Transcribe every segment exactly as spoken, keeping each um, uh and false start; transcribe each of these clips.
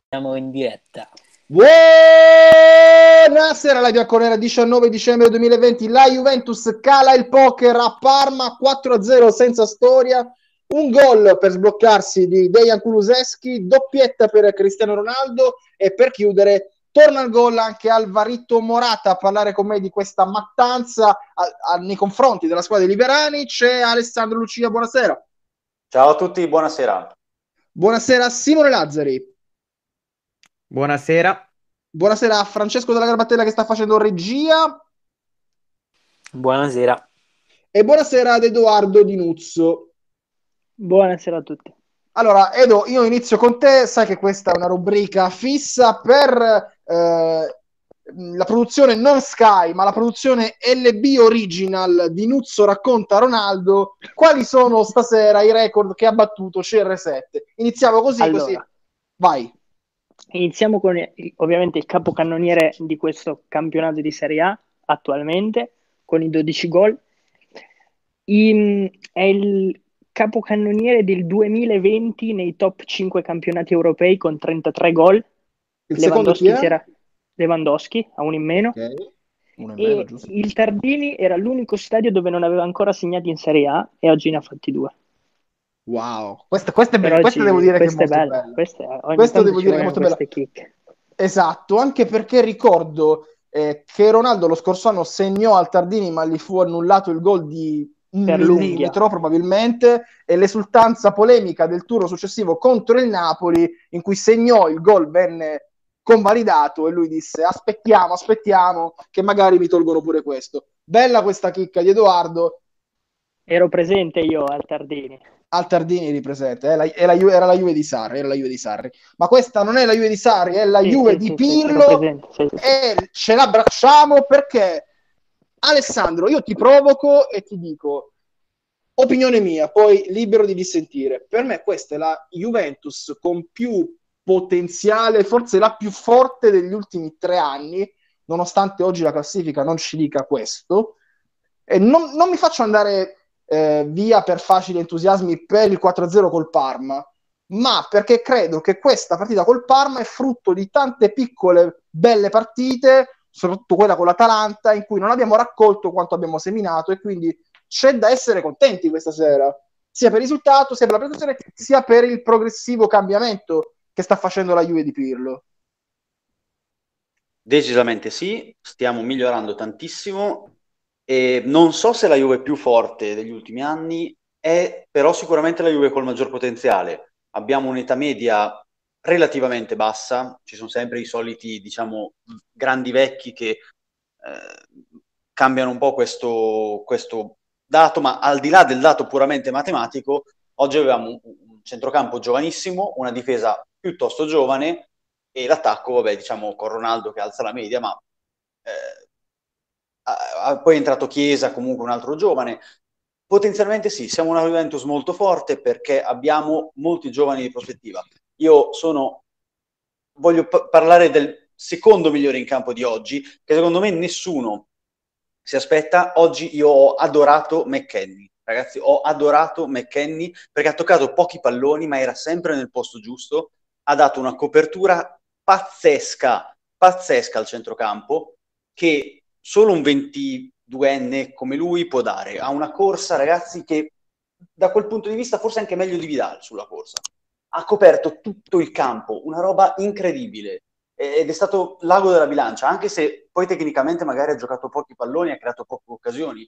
Siamo in diretta. Buonasera, la bianconera, diciannove dicembre duemilaventi. La Juventus cala il poker a Parma quattro a zero senza storia. Un gol per sbloccarsi di Dejan Kulusevski, doppietta per Cristiano Ronaldo e per chiudere torna al gol anche Alvarito Morata a parlare con me di questa mattanza a, a, nei confronti della squadra dei Liberani. C'è Alessandro Lucia, buonasera. Ciao a tutti, buonasera. Buonasera Simone Lazzari. Buonasera. Buonasera a Francesco della Garbatella che sta facendo regia. Buonasera. E buonasera ad Edoardo Di Nuzzo. Buonasera a tutti. Allora, Edo, io inizio con te. Sai che questa è una rubrica fissa per eh, la produzione non Sky, ma la produzione L B Original. Di Nuzzo racconta a Ronaldo quali sono stasera i record che ha battuto C R sette. Iniziamo così, Allora, così. Vai. Iniziamo con ovviamente il capocannoniere di questo campionato di Serie A attualmente, con i dodici gol. In, è il capocannoniere del duemilaventi nei top cinque campionati europei con trentatré gol. Il Lewandowski, secondo chi è? era Lewandowski, a uno in meno. Okay. Uno in e meno, giusto. Il Tardini era l'unico stadio dove non aveva ancora segnato in Serie A e oggi ne ha fatti due. Wow, questa, questa è bella, Oggi, questa devo dire che è molto è bella. bella. Questa, ogni Questo tanto devo ci dire che è molto bella. chicche. Esatto, anche perché ricordo eh, che Ronaldo lo scorso anno segnò al Tardini, ma gli fu annullato il gol di un Per millimetro l'unghia. probabilmente, e l'esultanza polemica del turno successivo contro il Napoli, in cui segnò il gol, venne convalidato e lui disse aspettiamo, aspettiamo che magari mi tolgono pure questo. Bella questa chicca di Edoardo. Ero presente io al Tardini. Al Tardini ripresente, è la, è la, era la Juve di Sarri, era la Juve di Sarri, ma questa non è la Juve di Sarri, è la Sì, Juve sì, di sì, Pirlo, sì, presente, sì, sì. E ce l'abbracciamo perché Alessandro, io ti provoco e ti dico opinione mia, poi libero di dissentire. Per me questa è la Juventus con più potenziale, forse la più forte degli ultimi tre anni, nonostante oggi la classifica non ci dica questo. E non, non mi faccio andare eh, via per facili entusiasmi per il quattro a zero col Parma, ma perché credo che questa partita col Parma è frutto di tante piccole belle partite, soprattutto quella con l'Atalanta, in cui non abbiamo raccolto quanto abbiamo seminato, e quindi c'è da essere contenti questa sera, sia per il risultato, sia per la prestazione, sia per il progressivo cambiamento che sta facendo la Juve di Pirlo. Decisamente sì, stiamo migliorando tantissimo e non so se la Juve più forte degli ultimi anni è però sicuramente la Juve col maggior potenziale. Abbiamo un'età media relativamente bassa, ci sono sempre i soliti, diciamo, grandi vecchi che eh, cambiano un po' questo, questo dato, ma al di là del dato puramente matematico, oggi avevamo un, un centrocampo giovanissimo, una difesa piuttosto giovane e l'attacco, vabbè, diciamo con Ronaldo che alza la media, ma eh, a, a, poi è entrato Chiesa, comunque un altro giovane. Potenzialmente sì, siamo una Juventus molto forte perché abbiamo molti giovani di prospettiva. Io sono, voglio p- parlare del secondo migliore in campo di oggi, che secondo me nessuno si aspetta. Oggi io ho adorato McKennie, ragazzi, ho adorato McKennie perché ha toccato pochi palloni, ma era sempre nel posto giusto, ha dato una copertura pazzesca, pazzesca al centrocampo, che solo un ventiduenne come lui può dare. Ha una corsa, ragazzi, che da quel punto di vista forse anche meglio di Vidal sulla corsa. Ha coperto tutto il campo, una roba incredibile. Ed è stato l'ago della bilancia, anche se poi tecnicamente magari ha giocato pochi palloni, ha creato poche occasioni.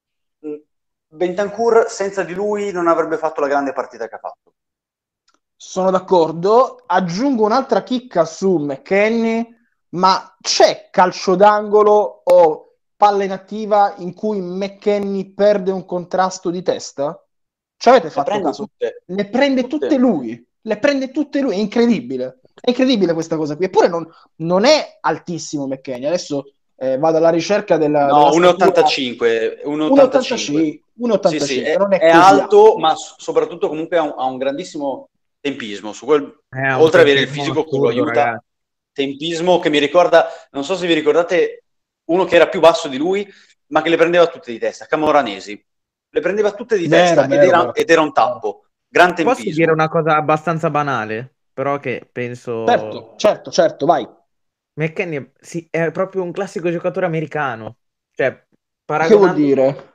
Bentancur senza di lui non avrebbe fatto la grande partita che ha fatto. Sono d'accordo, aggiungo un'altra chicca su McKennie, ma c'è calcio d'angolo o palla inattiva in cui McKennie perde un contrasto di testa? Ci avete fatto caso? Tutte. Le prende tutte. tutte lui, le prende tutte lui, è incredibile, è incredibile questa cosa qui, eppure non, non è altissimo McKennie, adesso eh, vado alla ricerca della... No, della uno virgola ottantacinque, uno virgola ottantacinque. uno virgola ottantacinque, sì, sì, è, non è, è così alto, alto, ma soprattutto comunque ha un, ha un grandissimo tempismo, su quel, Eh, oltre ad avere il fisico che lo aiuta, ragazzi. tempismo che mi ricorda, non so se vi ricordate, uno che era più basso di lui, ma che le prendeva tutte di testa, Camoranesi, le prendeva tutte di vero, testa vero, ed, era, vero. ed era un tappo, gran tempismo. Posso dire una cosa abbastanza banale? però che penso Certo, certo, certo, vai. McKennie sì, è proprio un classico giocatore americano, cioè Che vuol paragonando dire?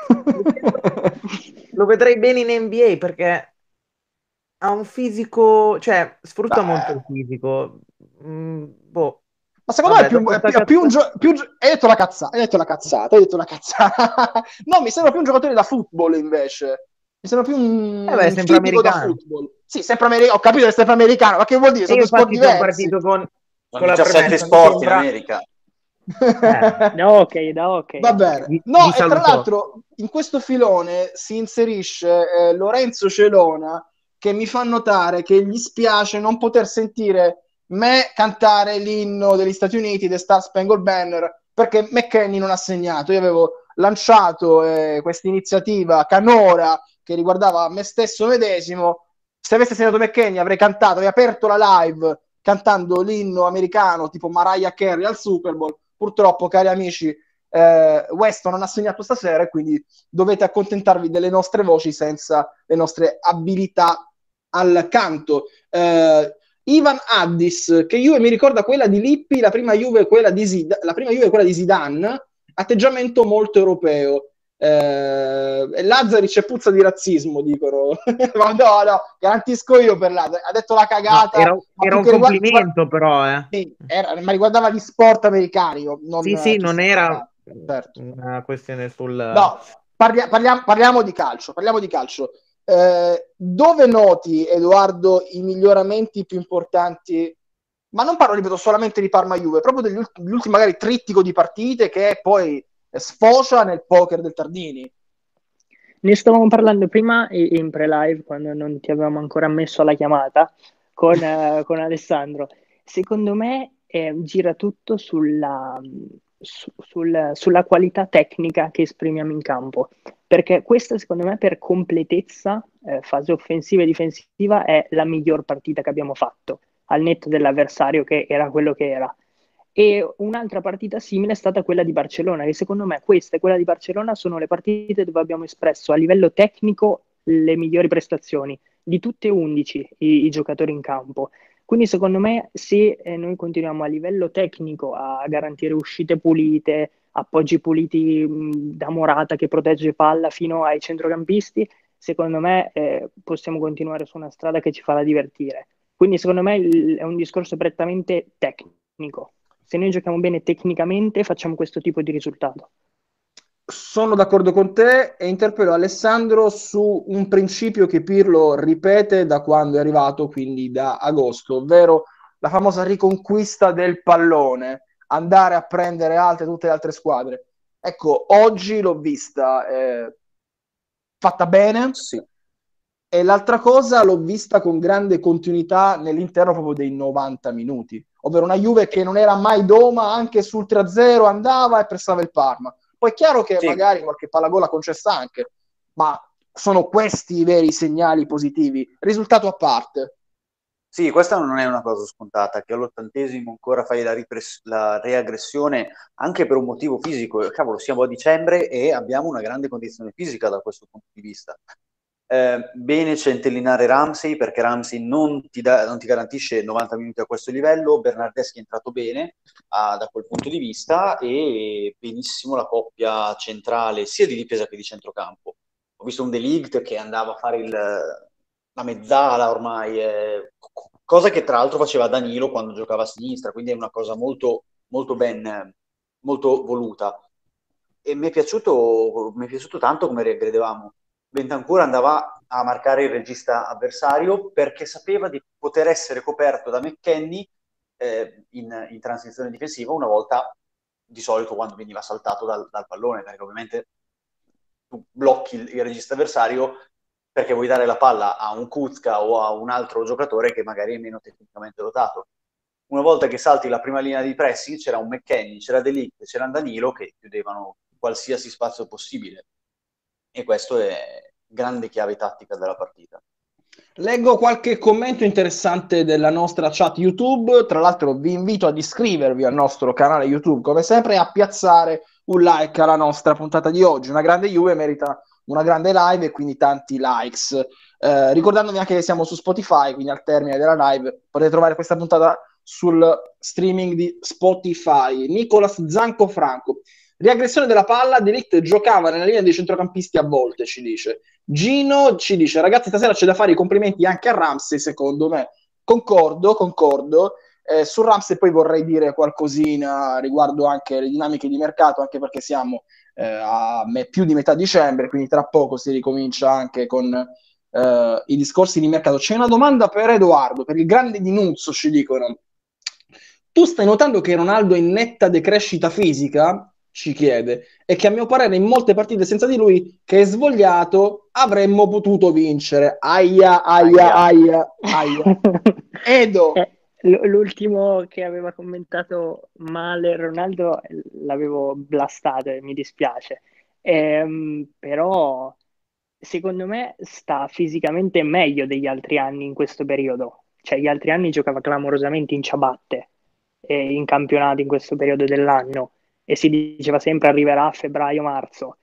lo vedrei bene in N B A perché ha un fisico, cioè sfrutta molto il Beh, fisico. Mm, boh, ma secondo me è vabbè, più, dopo è sta più, è più un cazzo... gio- più un gio- hai detto la cazzata, hai detto la cazzata, hai detto la cazzata. No, mi sembra più un giocatore da football invece. Mi sembra più Eh beh, è un sempre fisico da americano. football. Sì, sempre americano. Ho capito che è sempre americano, ma che vuol dire? E Sono io due sport infatti sono diversi. partito con, Sono con la diciassette premessa, mi sport in sembra... America. Eh, Da ok, da Va ok. bene. vi, vi No, e tra saluto. l'altro in questo filone si inserisce eh, Lorenzo Celona che mi fa notare che gli spiace non poter sentire me cantare l'inno degli Stati Uniti, The Star Spangled Banner, perché McKennie non ha segnato. Io avevo lanciato eh, questa iniziativa canora che riguardava me stesso medesimo. Se avesse segnato McKennie avrei cantato, avrei aperto la live cantando l'inno americano tipo Mariah Carey al Super Bowl. Purtroppo, cari amici, eh, Weston non ha segnato stasera e quindi dovete accontentarvi delle nostre voci senza le nostre abilità al canto. Eh, Ivan Addis, che Juve mi ricorda quella di Lippi, la prima Juve quella di, Zid- la prima Juve quella di Zidane, atteggiamento molto europeo. Eh, Lazzari c'è puzza di razzismo, dicono. Ma no, no, garantisco io per Lazzari. Ha detto la No, cagata, era, ma era più un che riguarda... complimento però, eh. Sì, era- ma riguardava gli sport americani, non Sì, eh, sì, chi non sta era cagando. Certo. una questione sul... No, parlia- parliamo, parliamo di calcio, parliamo di calcio. Eh, dove noti, Edoardo, i miglioramenti più importanti? Ma non parlo, ripeto, solamente di Parma-Juve, proprio degli ultimi, degli ultimi magari trittico di partite che poi sfocia nel poker del Tardini. Ne stavamo parlando prima i- in pre-live, quando non ti avevamo ancora messo alla chiamata con, eh, con Alessandro. Secondo me eh, gira tutto sulla, su- sul- sulla qualità tecnica che esprimiamo in campo, perché questa secondo me per completezza, eh, fase offensiva e difensiva, è la miglior partita che abbiamo fatto, al netto dell'avversario che era quello che era. E un'altra partita simile è stata quella di Barcellona, che secondo me questa e quella di Barcellona sono le partite dove abbiamo espresso a livello tecnico le migliori prestazioni di tutte e undici i, i giocatori in campo. Quindi secondo me se eh, noi continuiamo a livello tecnico a garantire uscite pulite, appoggi puliti mh, da Morata che protegge palla fino ai centrocampisti, secondo me eh, possiamo continuare su una strada che ci farà divertire. Quindi secondo me il- è un discorso prettamente tecnico. Se noi giochiamo bene tecnicamente, facciamo questo tipo di risultato. Sono d'accordo con te e interpello Alessandro su un principio che Pirlo ripete da quando è arrivato, quindi da agosto, ovvero la famosa riconquista del pallone, andare a prendere alte tutte le altre squadre. Ecco, oggi l'ho vista eh, fatta bene Sì. e l'altra cosa l'ho vista con grande continuità nell'interno proprio dei novanta minuti, ovvero una Juve che non era mai doma, anche sul tre a zero andava e pressava il Parma. Poi è chiaro che Sì, magari qualche palagola concessa anche, ma sono questi i veri segnali positivi. Risultato a parte. sì, questa non è una cosa scontata, che all'ottantesimo ancora fai la, ripress- la reaggressione anche per un motivo fisico. Cavolo, siamo a dicembre e abbiamo una grande condizione fisica da questo punto di vista. Eh, bene centellinare Ramsey perché Ramsey non ti, da, non ti garantisce novanta minuti a questo livello. Bernardeschi è entrato bene ah, da quel punto di vista e benissimo la coppia centrale sia di difesa che di centrocampo. Ho visto un De Ligt che andava a fare il, la mezzala ormai, eh, cosa che tra l'altro faceva Danilo quando giocava a sinistra, quindi è una cosa molto, molto ben, molto voluta. E mi è piaciuto, mi è piaciuto tanto come regredevamo. Bentancur andava a marcare il regista avversario perché sapeva di poter essere coperto da McKennie eh, in, in transizione difensiva una volta, di solito quando veniva saltato dal, dal pallone, perché ovviamente tu blocchi il, il regista avversario perché vuoi dare la palla a un Kuzka o a un altro giocatore che magari è meno tecnicamente dotato. Una volta che salti la prima linea di pressing c'era un McKennie, c'era De Ligt, c'era un Danilo che chiudevano qualsiasi spazio possibile e questo è grande chiave tattica della partita. Leggo qualche commento interessante della nostra chat YouTube. Tra l'altro, vi invito ad iscrivervi al nostro canale YouTube, come sempre, e a piazzare un like alla nostra puntata di oggi. Una grande Juve merita una grande live e quindi tanti likes. Eh, ricordandovi anche che siamo su Spotify, quindi al termine della live potete trovare questa puntata sul streaming di Spotify. Nicolas Zancofranco. Riaggressione della palla, De Ligt giocava nella linea dei centrocampisti a volte, ci dice. Gino ci dice, ragazzi, stasera c'è da fare i complimenti anche a Ramsey, secondo me. Concordo, concordo. Eh, su Ramsey poi vorrei dire qualcosina riguardo anche le dinamiche di mercato, anche perché siamo eh, a me- più di metà dicembre, quindi tra poco si ricomincia anche con eh, i discorsi di mercato. C'è una domanda per Edoardo, per il grande Dinuzzo, ci dicono. Tu stai notando che Ronaldo è in netta decrescita fisica? Ci chiede, e che a mio parere in molte partite senza di lui, che è svogliato, avremmo potuto vincere. Aia, aia, aia, aia. Edo. Eh, l- l'ultimo che aveva commentato male Ronaldo eh, l'avevo blastato e mi dispiace. Ehm, però secondo me sta fisicamente meglio degli altri anni in questo periodo. Cioè, gli altri anni giocava clamorosamente in ciabatte eh, in campionati in questo periodo dell'anno e si diceva sempre arriverà a febbraio-marzo.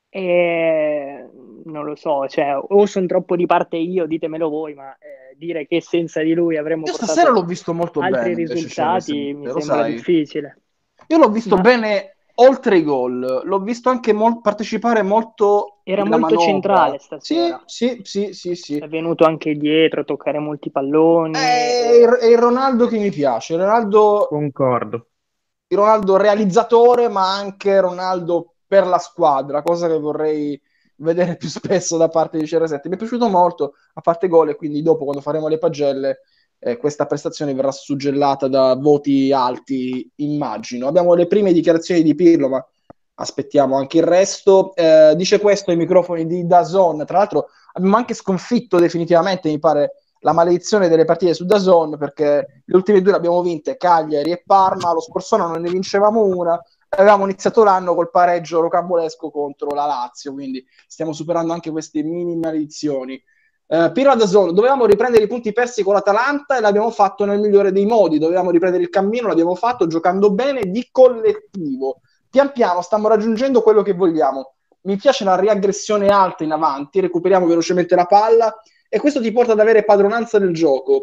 E non lo so, cioè, o sono troppo di parte io, ditemelo voi, ma eh, dire che senza di lui avremmo Io stasera portato l'ho visto molto altri bene, invece, C R risultati sette, mi lo sembra sai? difficile. Io l'ho visto Ma bene oltre i gol, l'ho visto anche mol- partecipare molto era nella molto manovra. centrale Sì, stasera. sì, sì, sì, sì. È venuto anche dietro, toccare molti palloni. È il, E... è il Ronaldo che mi piace, il Ronaldo, Concordo. il Ronaldo realizzatore, ma anche Ronaldo per la squadra, cosa che vorrei vedere più spesso da parte di C R sette. Mi è piaciuto molto, a parte gol, e quindi dopo, quando faremo le pagelle, eh, questa prestazione verrà suggellata da voti alti, immagino. Abbiamo le prime dichiarazioni di Pirlo, ma aspettiamo anche il resto. Eh, dice questo ai microfoni di DAZN. Tra l'altro abbiamo anche sconfitto definitivamente, mi pare, la maledizione delle partite su DAZN, perché le ultime due le abbiamo vinte, Cagliari e Parma. Lo scorso anno non ne vincevamo una, avevamo iniziato l'anno col pareggio rocambolesco contro la Lazio, quindi stiamo superando anche queste mini maledizioni. Uh, Pirlo da Zone, dovevamo riprendere i punti persi con l'Atalanta e l'abbiamo fatto nel migliore dei modi, dovevamo riprendere il cammino, l'abbiamo fatto giocando bene di collettivo. Pian piano stiamo raggiungendo quello che vogliamo. Mi piace la riaggressione alta in avanti, recuperiamo velocemente la palla e questo ti porta ad avere padronanza del gioco.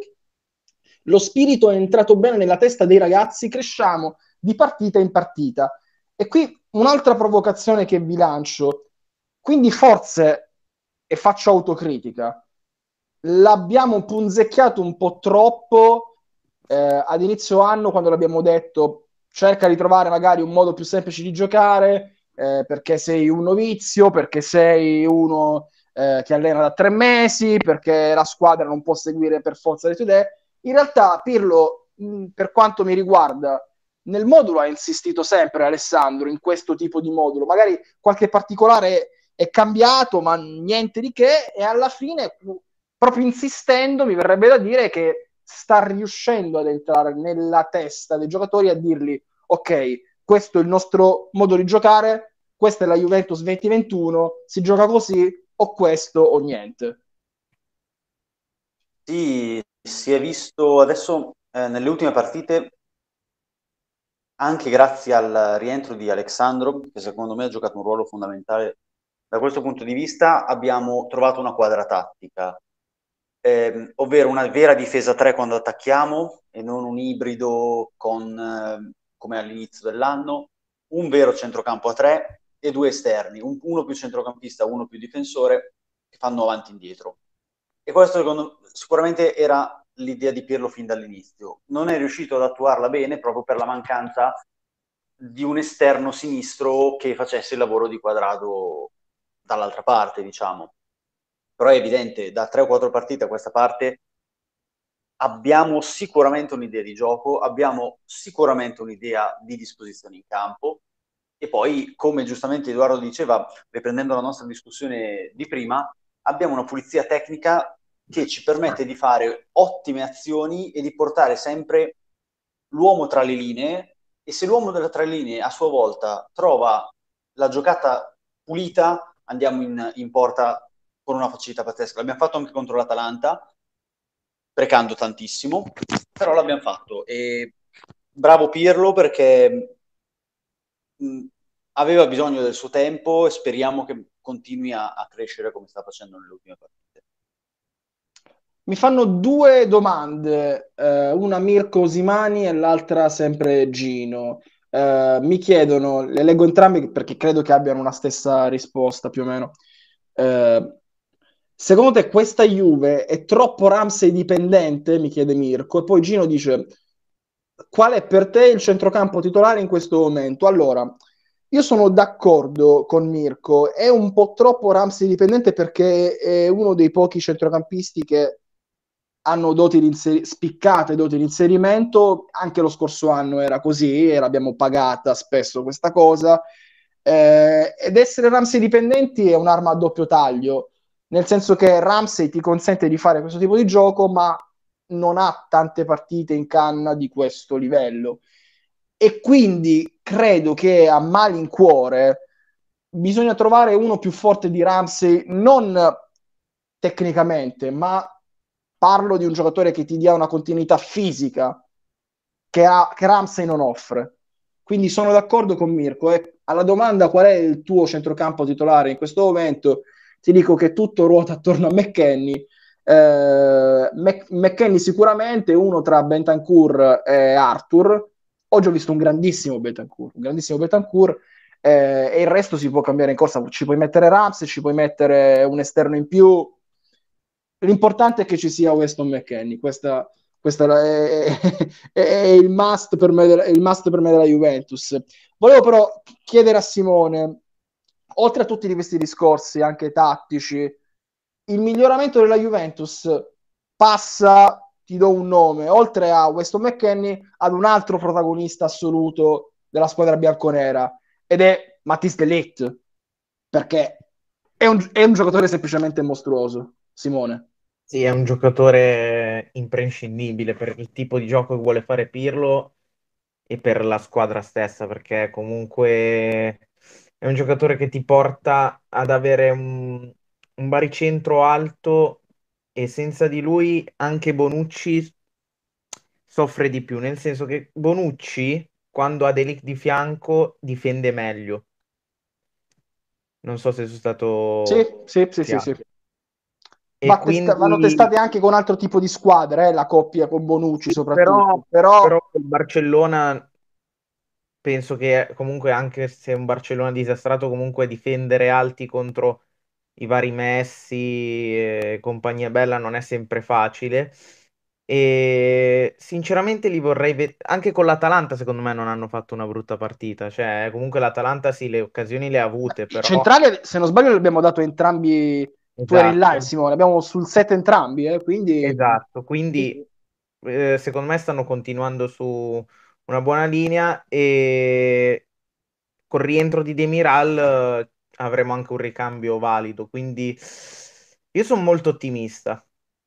Lo spirito è entrato bene nella testa dei ragazzi, cresciamo di partita in partita. E qui un'altra provocazione che vi lancio. Quindi forse, e faccio autocritica, l'abbiamo punzecchiato un po' troppo eh, ad inizio anno, quando l'abbiamo detto cerca di trovare magari un modo più semplice di giocare, eh, perché sei un novizio, perché sei uno eh, che allena da tre mesi, perché la squadra non può seguire per forza le tue idee. In realtà Pirlo, mh, per quanto mi riguarda, nel modulo ha insistito sempre Alessandro in questo tipo di modulo, magari qualche particolare è cambiato, ma niente di che, e alla fine, proprio insistendo, mi verrebbe da dire che sta riuscendo ad entrare nella testa dei giocatori, a dirgli ok, questo è il nostro modo di giocare, questa è la Juventus venti ventuno, si gioca così, o questo o niente. Sì, si è visto adesso eh, nelle ultime partite, anche grazie al rientro di Alexandro, che secondo me ha giocato un ruolo fondamentale da questo punto di vista, abbiamo trovato una quadra tattica, eh, ovvero una vera difesa tre quando attacchiamo e non un ibrido con, eh, come all'inizio dell'anno, un vero centrocampo a tre e due esterni, un, uno più centrocampista, uno più difensore, che fanno avanti e indietro. E questo secondo, sicuramente era l'idea di Pirlo fin dall'inizio. Non è riuscito ad attuarla bene proprio per la mancanza di un esterno sinistro che facesse il lavoro di Quadrado dall'altra parte, diciamo. Però è evidente, da tre o quattro partite a questa parte abbiamo sicuramente un'idea di gioco, abbiamo sicuramente un'idea di disposizione in campo e poi, come giustamente Edoardo diceva, riprendendo la nostra discussione di prima, abbiamo una pulizia tecnica che ci permette di fare ottime azioni e di portare sempre l'uomo tra le linee, e se l'uomo delle tre linee a sua volta trova la giocata pulita, andiamo in, in porta con una facilità pazzesca. L'abbiamo fatto anche contro l'Atalanta, sprecando tantissimo, però l'abbiamo fatto. E bravo Pirlo, perché mh, aveva bisogno del suo tempo e speriamo che continui a, a crescere come sta facendo nelle ultime partite. Mi fanno due domande, eh, una Mirko Osimani e l'altra sempre Gino. Eh, mi chiedono, le leggo entrambi perché credo che abbiano una stessa risposta più o meno. Eh, Secondo te questa Juve è troppo Ramsey dipendente? Mi chiede Mirko. E poi Gino dice, qual è per te il centrocampo titolare in questo momento? Allora, io sono d'accordo con Mirko, è un po' troppo Ramsey dipendente perché è uno dei pochi centrocampisti che hanno doti di inseri- spiccate doti di inserimento. Anche lo scorso anno era così e l'abbiamo pagata spesso questa cosa. Eh, ed essere Ramsey dipendenti è un'arma a doppio taglio, nel senso che Ramsey ti consente di fare questo tipo di gioco, ma non ha tante partite in canna di questo livello. E quindi credo che a malincuore bisogna trovare uno più forte di Ramsey, non tecnicamente, ma parlo di un giocatore che ti dia una continuità fisica che, ha, che Ramsey non offre. Quindi sono d'accordo con Mirko. E alla domanda qual è il tuo centrocampo titolare in questo momento, ti dico che tutto ruota attorno a McKennie. Eh, Mc- McKennie sicuramente, uno tra Bentancur e Arthur. Oggi ho visto un grandissimo Bentancur, un grandissimo Bentancur, eh, e il resto si può cambiare in corsa. Ci puoi mettere Ramsey, ci puoi mettere un esterno in più. L'importante è che ci sia Weston McKennie. Questa, questa è, è, è, il must per me, è il must per me della Juventus. Volevo però chiedere a Simone, oltre a tutti questi discorsi anche tattici, il miglioramento della Juventus passa, ti do un nome, oltre a Weston McKennie, ad un altro protagonista assoluto della squadra bianconera, ed è Matthijs de Ligt, perché è un, è un giocatore semplicemente mostruoso. Simone. Sì, è un giocatore imprescindibile per il tipo di gioco che vuole fare Pirlo e per la squadra stessa, perché comunque è un giocatore che ti porta ad avere un, un baricentro alto e senza di lui anche Bonucci soffre di più, nel senso che Bonucci, quando ha De Ligt di fianco, difende meglio. Non so se sono Sì, stato sì, sì, sì, chiaro. sì. E Va testa- vanno quindi testate anche con altro tipo di squadre, eh, la coppia con Bonucci sì, però, soprattutto. Però però il Barcellona penso che comunque, anche se è un Barcellona disastrato, comunque difendere alti contro i vari Messi e compagnia bella non è sempre facile. E sinceramente li vorrei vedere. Anche con l'Atalanta, secondo me, non hanno fatto una brutta partita. Cioè, comunque l'Atalanta sì, le occasioni le ha avute, il però. centrale, se non sbaglio, l'abbiamo dato entrambi. Tu eri là, Esatto, Simone, abbiamo sul set entrambi, eh, quindi esatto. Quindi eh, secondo me stanno continuando su una buona linea e col rientro di Demiral eh, avremo anche un ricambio valido, quindi io sono molto ottimista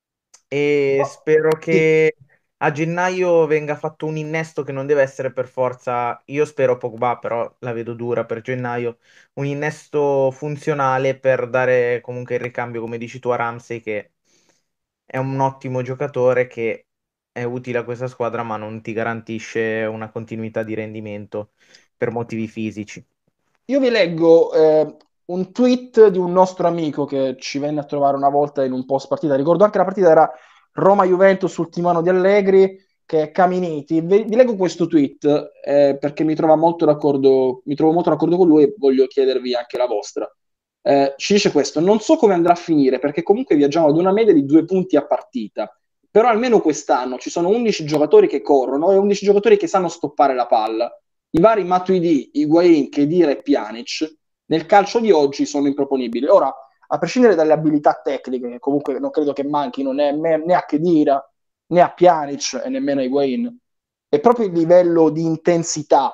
e spero sì. che a gennaio venga fatto un innesto che non deve essere per forza, io spero Pogba, però la vedo dura per gennaio, un innesto funzionale per dare comunque il ricambio, come dici tu, a Ramsey, che è un ottimo giocatore che è utile a questa squadra, ma non ti garantisce una continuità di rendimento per motivi fisici. Io vi leggo eh, un tweet di un nostro amico che ci venne a trovare una volta in un post partita. Ricordo anche la partita era Roma-Juventus, ultimo anno di Allegri, che è Caminiti. Vi, vi leggo questo tweet eh, perché mi trova molto d'accordo, mi trovo molto d'accordo con lui e voglio chiedervi anche la vostra. Eh, ci dice questo: non so come andrà a finire perché comunque viaggiamo ad una media di due punti a partita, però almeno quest'anno ci sono undici giocatori che corrono e undici giocatori che sanno stoppare la palla. I vari Matuidi, Higuain, Khedira e Pjanic nel calcio di oggi sono improponibili. Ora, a prescindere dalle abilità tecniche, che comunque non credo che manchino né, né a Khedira, né a Pjanic e nemmeno a Higuain, è proprio il livello di intensità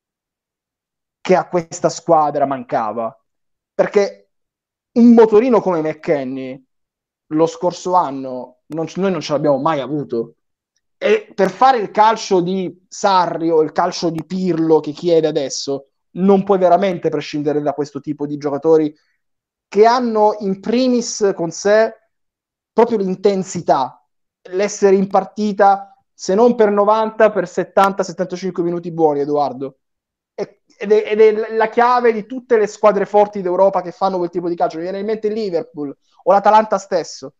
che a questa squadra mancava. Perché un motorino come McKennie lo scorso anno non, noi non ce l'abbiamo mai avuto. E per fare il calcio di Sarri o il calcio di Pirlo che chiede adesso, non puoi veramente prescindere da questo tipo di giocatori che hanno in primis con sé proprio l'intensità, l'essere in partita se non per novanta, per settanta settantacinque minuti buoni, Edoardo. Ed è, ed è la chiave di tutte le squadre forti d'Europa che fanno quel tipo di calcio. Mi viene in mente il Liverpool o l'Atalanta stesso.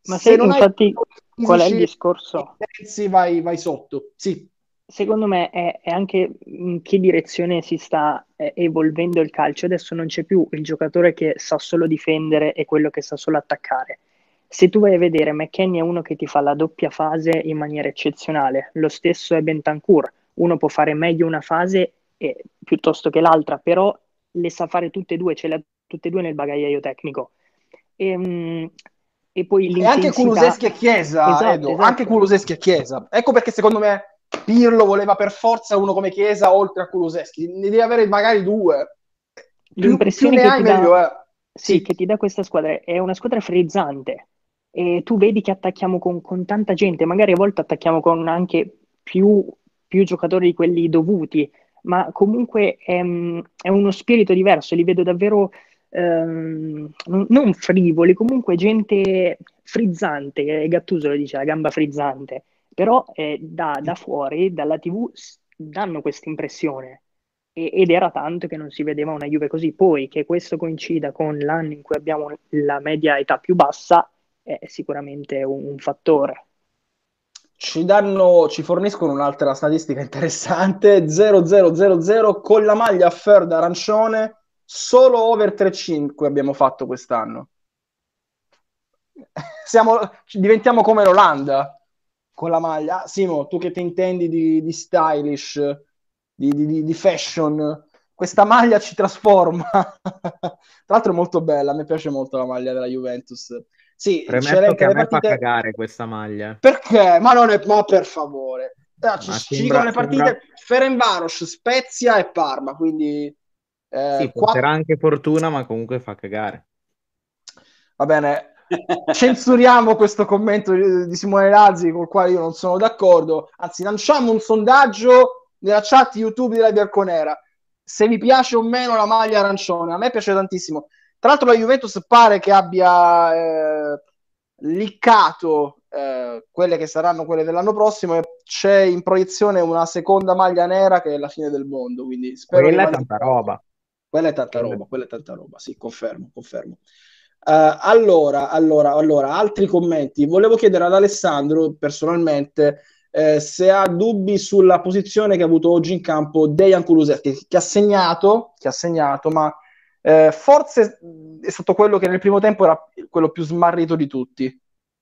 Ma se sai, non hai infatti, qual è il fisici discorso? pensi vai, vai sotto. Sì, Secondo me è, è anche in che direzione si sta eh, evolvendo il calcio. Adesso non c'è più il giocatore che sa solo difendere e quello che sa solo attaccare. Se tu vai a vedere, McKennie è uno che ti fa la doppia fase in maniera eccezionale. Lo stesso è Bentancur. Uno può fare meglio una fase eh, piuttosto che l'altra, però le sa fare tutte e due, ce le ha tutte e due nel bagagliaio tecnico. E, mm, e poi e anche l'intensità. Kuluseschi e Chiesa, Esatto, Edo, anche esatto. Kuluseschi e Chiesa. Ecco perché secondo me Pirlo voleva per forza uno come Chiesa oltre a Kuluseschi. Ne devi avere magari due. Più, più L'impressione ne che hai ti dà, meglio è. sì, Sì, che ti dà questa squadra è una squadra frizzante e tu vedi che attacchiamo con, con tanta gente, magari a volte attacchiamo con anche più, più giocatori di quelli dovuti, ma comunque è, è uno spirito diverso, li vedo davvero ehm, non non frivoli, comunque gente frizzante, eh, Gattuso lo dice, la gamba frizzante, però eh, da, da fuori, dalla T V, s- danno questa impressione. E- ed era tanto che non si vedeva una Juve così. Poi che questo coincida con l'anno in cui abbiamo la media età più bassa è sicuramente un, un fattore. ci danno, ci forniscono un'altra statistica interessante, zero zero zero zero con la maglia Ferd arancione, solo over tre virgola cinque abbiamo fatto quest'anno. Siamo, diventiamo come l'Olanda con la maglia. Ah, Simo, tu che ti intendi di, di stylish, di, di, di fashion, questa maglia ci trasforma. Tra l'altro è molto bella, a me piace molto la maglia della Juventus. Sì, ci Premetto che elenca a le me fa partite. cagare questa maglia. Perché? Ma non è, ma per favore. Ah, ci, Ma ci dicono sembra, le sembra... partite Ferencvaros, Spezia e Parma, quindi Sì, eh, porterà quattro. anche fortuna, ma comunque fa cagare. Va bene, censuriamo questo commento di di Simone Razzi con il quale io non sono d'accordo. Anzi, lanciamo un sondaggio nella chat YouTube della Bianconera. Se vi piace o meno la maglia arancione, a me piace tantissimo. Tra l'altro la Juventus pare che abbia eh, liccato eh, quelle che saranno quelle dell'anno prossimo e c'è in proiezione una seconda maglia nera che è la fine del mondo, quindi spero Quella è rimaniamo tanta qua. roba. Quella è tanta Quella- roba, quella è tanta roba, sì, confermo, confermo. Uh, allora, allora, allora, altri commenti. Volevo chiedere ad Alessandro personalmente eh, se ha dubbi sulla posizione che ha avuto oggi in campo Dejan Kulusevski, che ha segnato, che ha segnato, ma eh, forse è stato quello che nel primo tempo era quello più smarrito di tutti.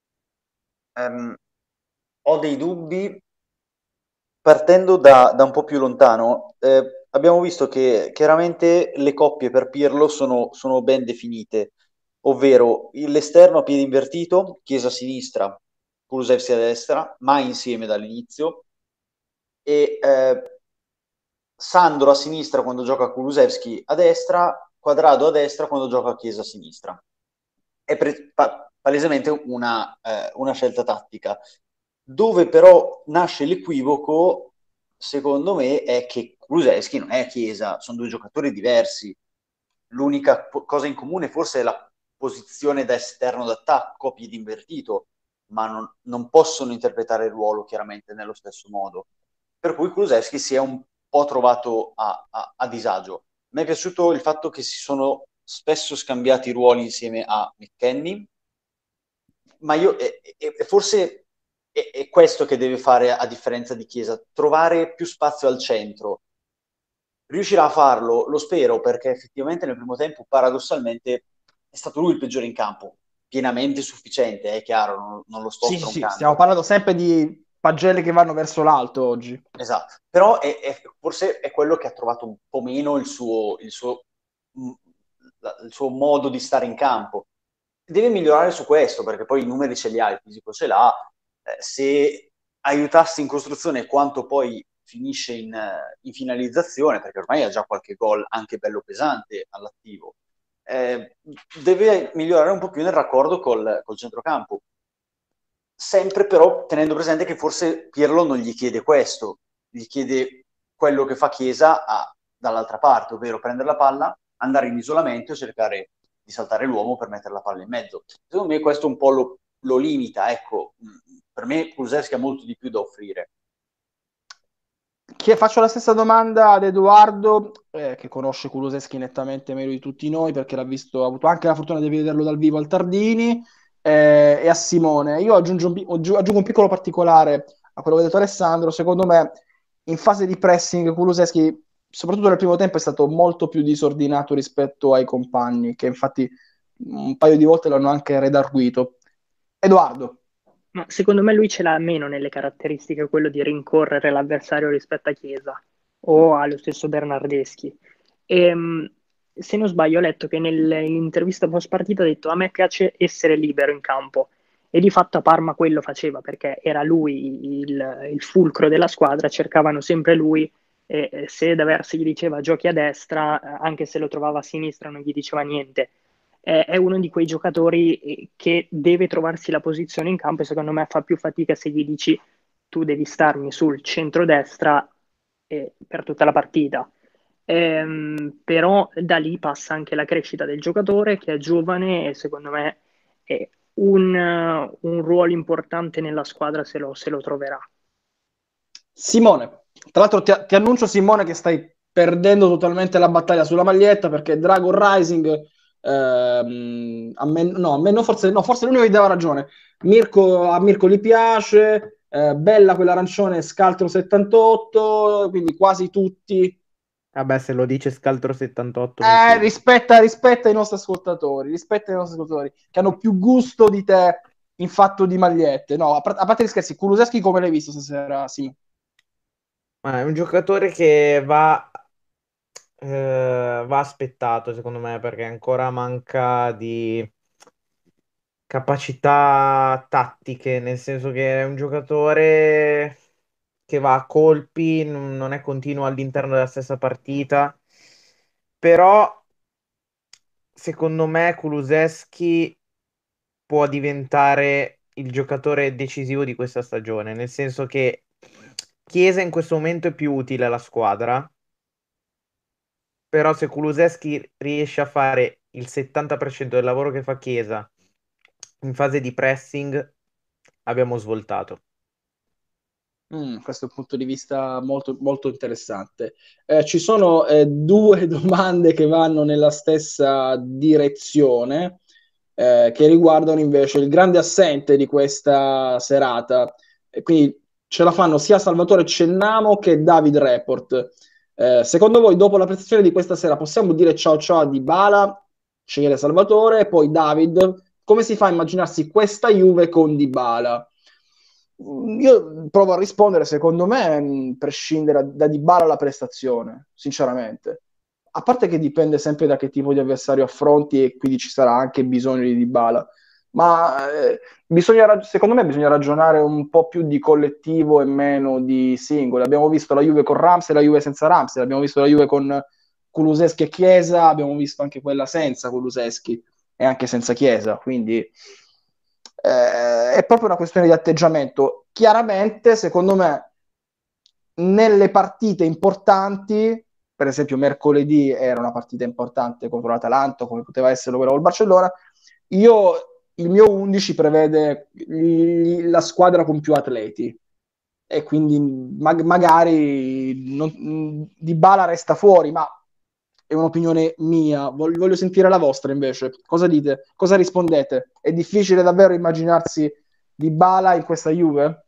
Ehm, Ho dei dubbi partendo da, da un po' più lontano. Eh, abbiamo visto che chiaramente le coppie per Pirlo sono, sono ben definite, ovvero l'esterno a piede invertito, Chiesa a sinistra, Kulusevski a destra, mai insieme dall'inizio, e eh, Sandro a sinistra quando gioca Kulusevski a destra, Quadrado a destra quando gioca Chiesa a sinistra. È pre- pa- palesemente una, eh, una scelta tattica. Dove però nasce l'equivoco, secondo me, è che Kulusevski non è Chiesa, sono due giocatori diversi. L'unica po- cosa in comune forse è la posizione da esterno d'attacco, piedi invertito, ma non, non possono interpretare il ruolo chiaramente nello stesso modo. Per cui Kulusevski si è un po' trovato a, a, a disagio. Mi è piaciuto il fatto che si sono spesso scambiati i ruoli insieme a McKennie, ma io, e, e, e forse è, è questo che deve fare a differenza di Chiesa, trovare più spazio al centro. Riuscirà a farlo, lo spero, perché effettivamente nel primo tempo paradossalmente è stato lui il peggiore in campo, pienamente sufficiente, è chiaro, non, non lo sto Sì, sì, sì, stiamo stroncando. parlando sempre di pagelle che vanno verso l'alto oggi. Esatto, però è, è, forse è quello che ha trovato un po' meno il suo, il suo, il suo modo di stare in campo. Deve migliorare su questo, perché poi i numeri ce li ha, il fisico ce l'ha. Eh, se aiutassi in costruzione quanto poi finisce in, in finalizzazione, perché ormai ha già qualche gol anche bello pesante all'attivo, eh, deve migliorare un po' più nel raccordo col, col centrocampo. Sempre però tenendo presente che forse Pirlo non gli chiede questo, gli chiede quello che fa Chiesa a, dall'altra parte, ovvero prendere la palla, andare in isolamento e cercare di saltare l'uomo per mettere la palla in mezzo. Secondo me questo un po' lo, lo limita, ecco, per me Kulusevski ha molto di più da offrire. Che faccio la stessa domanda ad Edoardo, eh, che conosce Kulusevski nettamente meglio di tutti noi, perché l'ha visto, ha avuto anche la fortuna di vederlo dal vivo al Tardini. eh, e a Simone. Io aggiungo un, pi- aggiu- aggiungo un piccolo particolare a quello che ha detto Alessandro. Secondo me, in fase di pressing, Kulusevski, soprattutto nel primo tempo, è stato molto più disordinato rispetto ai compagni, che infatti un paio di volte l'hanno anche redarguito. Edoardo. Ma secondo me lui ce l'ha meno nelle caratteristiche quello di rincorrere l'avversario rispetto a Chiesa o allo stesso Bernardeschi. E, mh, se non sbaglio, ho letto che nel- nell'intervista post partita ha detto: a me piace essere libero in campo. E di fatto a Parma quello faceva perché era lui il, il fulcro della squadra, cercavano sempre lui. E e se D'Aversi gli diceva giochi a destra, eh, anche se lo trovava a sinistra, non gli diceva niente. È, è uno di quei giocatori eh, che deve trovarsi la posizione in campo e secondo me fa più fatica se gli dici tu devi starmi sul centro-destra eh, per tutta la partita. Ehm, però da lì passa anche la crescita del giocatore che è giovane e secondo me è un, uh, un ruolo importante nella squadra se lo, se lo troverà. Simone, tra l'altro ti, ti annuncio Simone che stai perdendo totalmente la battaglia sulla maglietta perché Dragon Rising ehm, a me, no, a me no, forse, no, forse l'unico che dava ragione. Mirko, a Mirko gli piace, eh, bella quell'arancione Scaltro settantotto, quindi quasi tutti. Vabbè, se lo dice Scaltro settantotto mi Eh, fido. rispetta, rispetta i nostri ascoltatori, rispetta i nostri ascoltatori che hanno più gusto di te in fatto di magliette. No, a, a parte gli scherzi, Kulusevski come l'hai visto stasera? Sì. Ma è un giocatore che va, eh, va aspettato, secondo me, perché ancora manca di capacità tattiche, nel senso che è un giocatore che va a colpi, non non è continuo all'interno della stessa partita, però secondo me Kulusevski può diventare il giocatore decisivo di questa stagione, nel senso che Chiesa in questo momento è più utile alla squadra, però se Kulusevski riesce a fare il settanta per cento del lavoro che fa Chiesa in fase di pressing, abbiamo svoltato. Mm, questo è un punto di vista molto, molto interessante. Eh, ci sono eh, due domande che vanno nella stessa direzione, eh, che riguardano invece il grande assente di questa serata. E quindi ce la fanno sia Salvatore Cennamo che David Report. Eh, secondo voi, dopo la prestazione di questa sera, possiamo dire ciao ciao a Dybala, scegliere Salvatore, e poi David, come si fa a immaginarsi questa Juve con Dybala? Io provo a rispondere, secondo me, mh, prescindere da Dybala la prestazione, sinceramente. A parte che dipende sempre da che tipo di avversario affronti e quindi ci sarà anche bisogno di Dybala. Ma eh, bisogna, secondo me bisogna ragionare un po' più di collettivo e meno di singoli. Abbiamo visto la Juve con Ramsey e la Juve senza Ramsey, abbiamo visto la Juve con Kulusevski e Chiesa, abbiamo visto anche quella senza Kulusevski e anche senza Chiesa, quindi eh, è proprio una questione di atteggiamento. Chiaramente, secondo me, nelle partite importanti, per esempio mercoledì era una partita importante contro l'Atalanta, come poteva essere quella col Barcellona, io il mio undici prevede l- la squadra con più atleti e quindi mag- magari non, Dybala resta fuori, ma è un'opinione mia. Voglio, voglio sentire la vostra invece. Cosa dite? Cosa rispondete? È difficile davvero immaginarsi Dybala in questa Juve?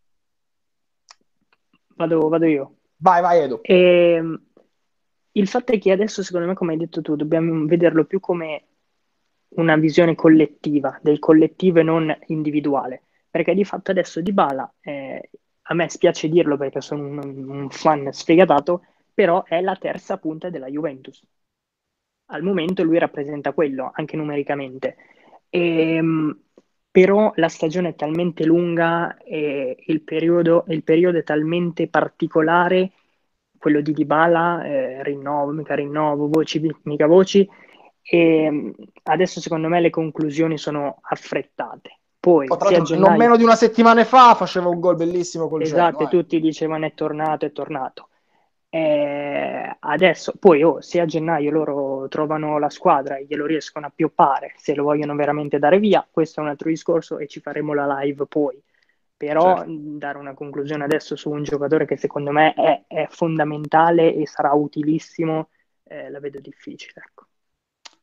Vado, vado io. Vai, vai Edo. E, il fatto è che adesso, secondo me, come hai detto tu, dobbiamo vederlo più come una visione collettiva, del collettivo e non individuale, perché di fatto adesso Dybala, eh, a me spiace dirlo perché sono un, un fan sfegatato, però è la terza punta della Juventus. Al momento lui rappresenta quello, anche numericamente. Ehm, però la stagione è talmente lunga e il periodo, il periodo è talmente particolare, quello di Dybala, eh, rinnovo, mica rinnovo, voci, mica voci, e adesso secondo me le conclusioni sono affrettate. Poi, Oh, tra se a l'altro, non gennaio, meno di una settimana fa faceva un gol bellissimo col esatto, Genoa. e Eh. tutti dicevano è tornato, è tornato. Eh, adesso, poi, oh, se a gennaio loro trovano la squadra e glielo riescono a pioppare, se lo vogliono veramente dare via, questo è un altro discorso e ci faremo la live poi. Però Certo. mh, dare una conclusione adesso su un giocatore che secondo me è, è fondamentale e sarà utilissimo, eh, la vedo difficile. Ecco.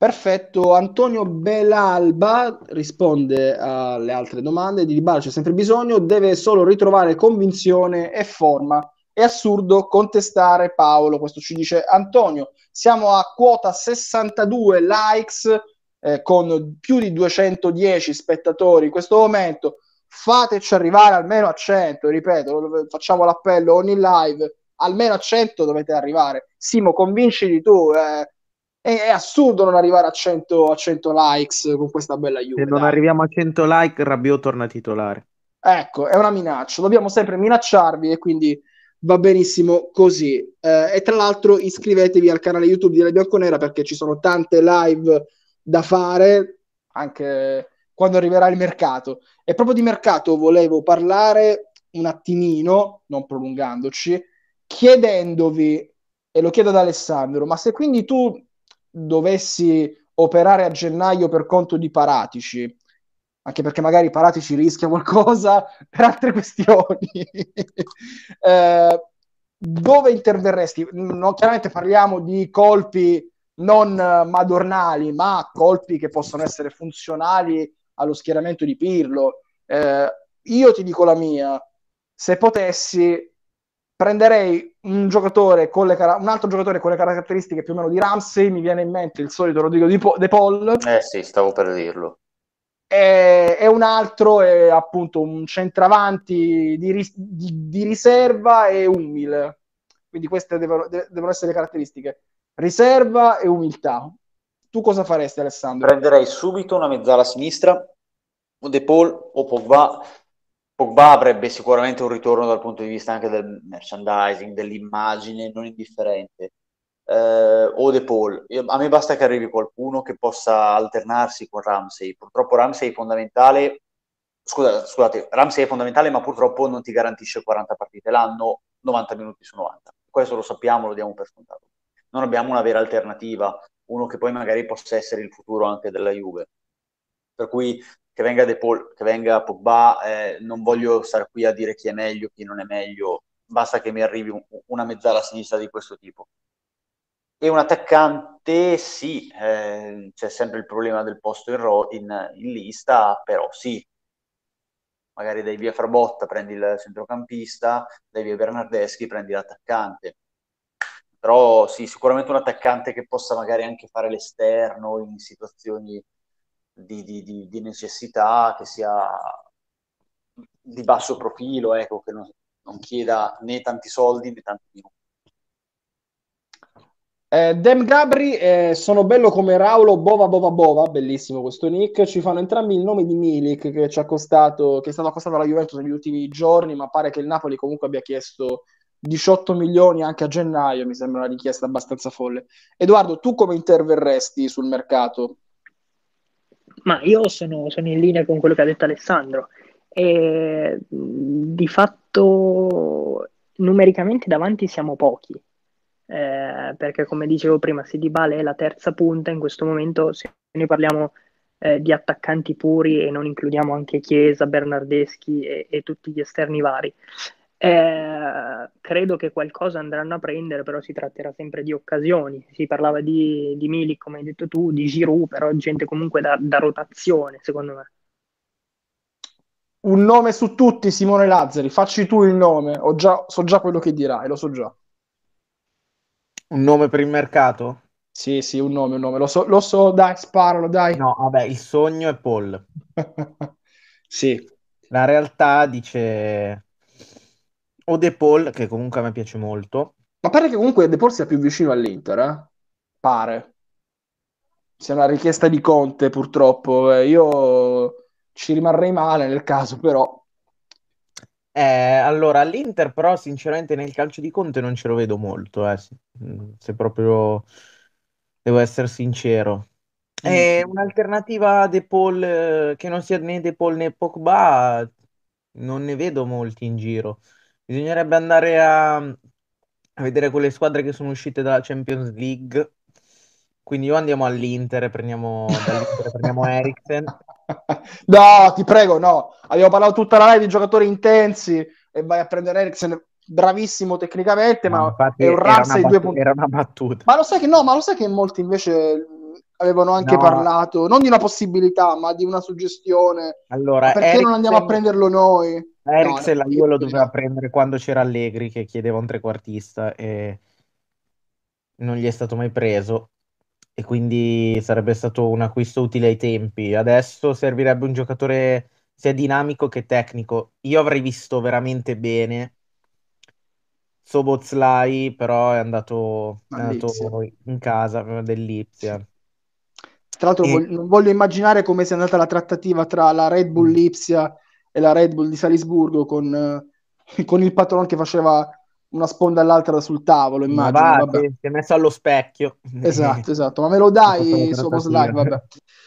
Perfetto, Antonio Belalba risponde alle altre domande. Di Dybala c'è sempre bisogno, deve solo ritrovare convinzione e forma. È assurdo contestare Paolo, questo ci dice Antonio. Siamo a quota sessantadue likes eh, con più di duecentodieci spettatori in questo momento. Fateci arrivare almeno a cento, ripeto, facciamo l'appello ogni live, almeno a cento dovete arrivare. Simo, convinciti tu, eh, è, è assurdo non arrivare a cento, a cento likes con questa bella Se Juve, non dai. arriviamo a cento like, Rabiot torna titolare. Ecco, è una minaccia, dobbiamo sempre minacciarvi e quindi va benissimo così. Eh, e tra l'altro iscrivetevi al canale YouTube di La Bianconera perché ci sono tante live da fare anche quando arriverà il mercato. E proprio di mercato volevo parlare un attimino, non prolungandoci, chiedendovi, e lo chiedo ad Alessandro, ma se quindi tu dovessi operare a gennaio per conto di Paratici, anche perché magari Paratici rischia qualcosa per altre questioni, eh, dove interverresti? No, chiaramente parliamo di colpi non madornali, ma colpi che possono essere funzionali allo schieramento di Pirlo. Eh, io ti dico la mia, se potessi prenderei un giocatore con le cara- un altro giocatore con le caratteristiche più o meno di Ramsey, mi viene in mente il solito Rodrigo di, po- De Paul, Eh sì, stavo per dirlo. e, e un altro è appunto un centravanti di, ris- di- di riserva e umile. Quindi queste devono, de- devono essere le caratteristiche. Riserva e umiltà. Tu cosa faresti, Alessandro? Prenderei subito una mezzala a sinistra, o De Paul o Pogba. Pogba avrebbe sicuramente un ritorno dal punto di vista anche del merchandising, dell'immagine, non indifferente. Eh, o De Paul. Io- a me basta che arrivi qualcuno che possa alternarsi con Ramsey. Purtroppo Ramsey è fondamentale. Scusa, scusate, Ramsey è fondamentale, ma purtroppo non ti garantisce quaranta partite l'anno, novanta minuti su novanta. Questo lo sappiamo, lo diamo per scontato. Non abbiamo una vera alternativa, uno che poi magari possa essere il futuro anche della Juve. Per cui che venga De Paul, che venga Pogba, eh, non voglio stare qui a dire chi è meglio, chi non è meglio, basta che mi arrivi un, una mezzala a sinistra di questo tipo. E un attaccante, sì, eh, c'è sempre il problema del posto in, ro- in, in lista, però sì, magari dai via Frabotta, prendi il centrocampista, dai via Bernardeschi, prendi l'attaccante. Però sì, sicuramente un attaccante che possa magari anche fare l'esterno in situazioni di, di, di, di necessità, che sia di basso profilo, ecco, che non, non chieda né tanti soldi né tanti minuti. Eh, Dem Gabri, eh, sono bello come Raulo, Bova Bova Bova, bellissimo questo nick. Ci fanno entrambi il nome di Milik che ci ha costato, che è stato accostato alla Juventus negli ultimi giorni, ma pare che il Napoli comunque abbia chiesto diciotto milioni anche a gennaio. Mi sembra una richiesta abbastanza folle. Edoardo, tu come interverresti sul mercato? Ma io sono, sono in linea con quello che ha detto Alessandro. E, mh, di fatto, numericamente davanti siamo pochi. Eh, perché come dicevo prima, se Dybala è la terza punta, in questo momento se noi parliamo eh, di attaccanti puri e non includiamo anche Chiesa, Bernardeschi e, e tutti gli esterni vari, eh, credo che qualcosa andranno a prendere, però si tratterà sempre di occasioni. Si parlava di, di Milik, come hai detto tu, di Giroud, però gente comunque da, da rotazione, secondo me. Un nome su tutti, Simone Lazzari. Facci tu il nome, Ho già, so già quello che dirai, lo so già. Un nome per il mercato? Sì, sì, un nome, un nome. Lo so, lo so, dai, sparalo, dai. No, vabbè, il sogno è Paul. Sì. La realtà dice o De Paul, che comunque a me piace molto. Ma pare che comunque De Paul sia più vicino all'Inter, eh? Pare. Sia una richiesta di Conte, purtroppo. Eh, io ci rimarrei male nel caso, però. Eh, allora, all'Inter però sinceramente nel calcio di Conte non ce lo vedo molto, eh, se, mm, se proprio devo essere sincero. Mm. È un'alternativa a De Paul, eh, che non sia né De Paul né Pogba, non ne vedo molti in giro. Bisognerebbe andare a, a vedere quelle squadre che sono uscite dalla Champions League. Quindi o andiamo all'Inter, e prendiamo dall'Inter e prendiamo Eriksen. No, ti prego, no. Abbiamo parlato tutta la live di giocatori intensi e vai a prendere Eriksen, bravissimo tecnicamente, No, ma infatti è un era una, Ramsey due battu- punti. era una battuta. Ma lo sai che no, ma lo sai che molti invece avevano anche No, parlato, non di una possibilità, ma di una suggestione. Ma allora perché non andiamo a Eriksen, prenderlo noi? No, no, Eriksen la io Juve lo direi doveva no. prendere quando c'era Allegri che chiedeva un trequartista e non gli è stato mai preso e quindi sarebbe stato un acquisto utile ai tempi. Adesso servirebbe un giocatore sia dinamico che tecnico. Io avrei visto veramente bene Szoboszlai, però è andato, è Malizia. andato in casa dell'Ipsia. Tra l'altro E vog- non voglio immaginare come sia andata la trattativa tra la Red Bull Lipsia e la Red Bull di Salisburgo con, eh, con il patron che faceva una sponda all'altra sul tavolo, ma immagino, va, vabbè. si si è messo allo specchio e Esatto, esatto, ma me lo ha fatto la dai, Soboslai, trattativa. vabbè.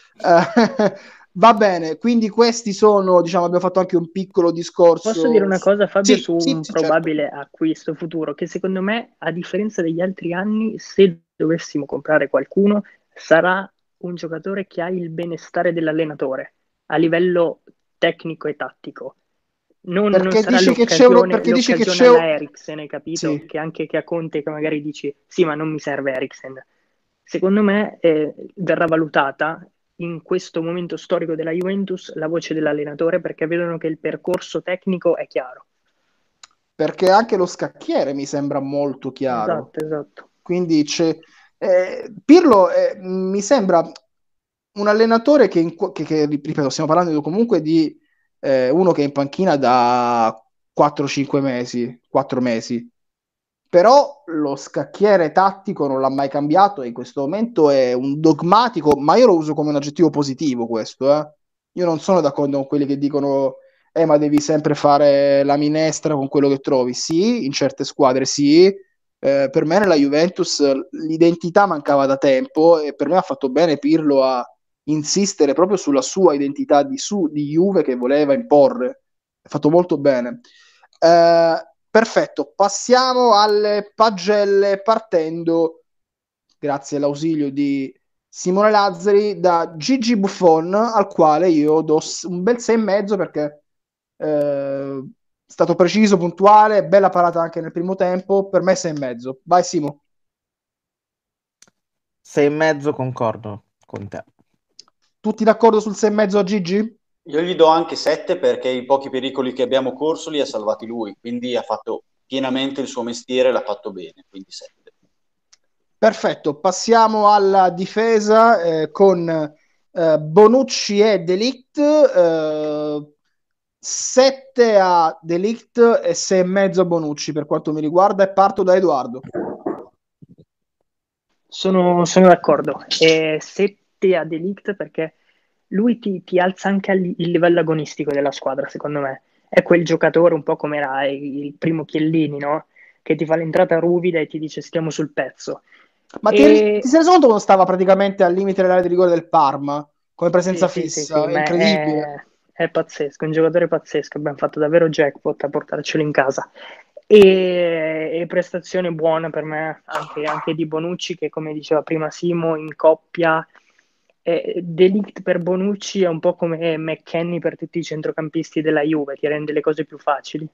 Eh, va bene, quindi questi sono, diciamo, abbiamo fatto anche un piccolo Posso dire discorso. una su- cosa, Fabio, Sì, su sì, un sì, certo. probabile acquisto futuro, che secondo me, a differenza degli altri anni, se dovessimo comprare qualcuno, sarà un giocatore che ha il benestare dell'allenatore a livello tecnico e tattico. Non, non Perché sarà dici che c'è uno, l'occasione, perché dici che l'occasione c'è alla un- Eriksen, hai capito? Sì. Che anche che a Conte che magari dici, sì, ma non mi serve Eriksen. Secondo me eh, verrà valutata in questo momento storico della Juventus la voce dell'allenatore perché vedono che il percorso tecnico è chiaro. Perché anche lo scacchiere mi sembra molto chiaro. Esatto, esatto. Quindi c'è eh, Pirlo eh, mi sembra un allenatore che, in qu- che- che, ripeto, stiamo parlando comunque di eh, uno che è in panchina da quattro cinque mesi, quattro mesi. Però lo scacchiere tattico non l'ha mai cambiato e in questo momento è un dogmatico, ma io lo uso come un aggettivo positivo questo, eh. Io non sono d'accordo con quelli che dicono eh, ma devi sempre fare la minestra con quello che trovi. Sì, in certe squadre sì. Eh, per me nella Juventus l'identità mancava da tempo e per me ha fatto bene Pirlo a insistere proprio sulla sua identità di, su, di Juve che voleva imporre. Ha fatto molto bene. Eh, perfetto, passiamo alle pagelle partendo, grazie all'ausilio di Simone Lazzari, da Gigi Buffon, al quale io do un bel sei e mezzo perché eh, è stato preciso, puntuale, bella parata anche nel primo tempo, per me sei e mezzo. Vai Simo, Sei e mezzo, concordo con te. tutti d'accordo sul sei e mezzo a Gigi? Io gli do anche sette perché i pochi pericoli che abbiamo corso li ha salvati lui, quindi ha fatto pienamente il suo mestiere, l'ha fatto bene, quindi sette. Perfetto, passiamo alla difesa eh, con eh, Bonucci e Delict. Eh, sette a Delict e sei e mezzo a Bonucci per quanto mi riguarda e parto da Edoardo. Sono, sono d'accordo. E sette a Delict perché lui ti, ti alza anche al- il livello agonistico della squadra, secondo me. È quel giocatore un po' come era il primo Chiellini, no? Che ti fa l'entrata ruvida e ti dice stiamo sul pezzo. Ma ti, ti E sei reso conto quando stava praticamente al limite dell'area di rigore del Parma, come sì, presenza sì, sì, sì, fissa? È ma incredibile. è, è pazzesco, è un giocatore pazzesco, abbiamo fatto davvero jackpot a portarcelo in casa. E, e prestazione buona per me anche, anche di Bonucci, che come diceva prima Simo, in coppia. Eh, De Ligt per Bonucci è un po' come McKennie per tutti i centrocampisti della Juve, ti rende le cose più facili.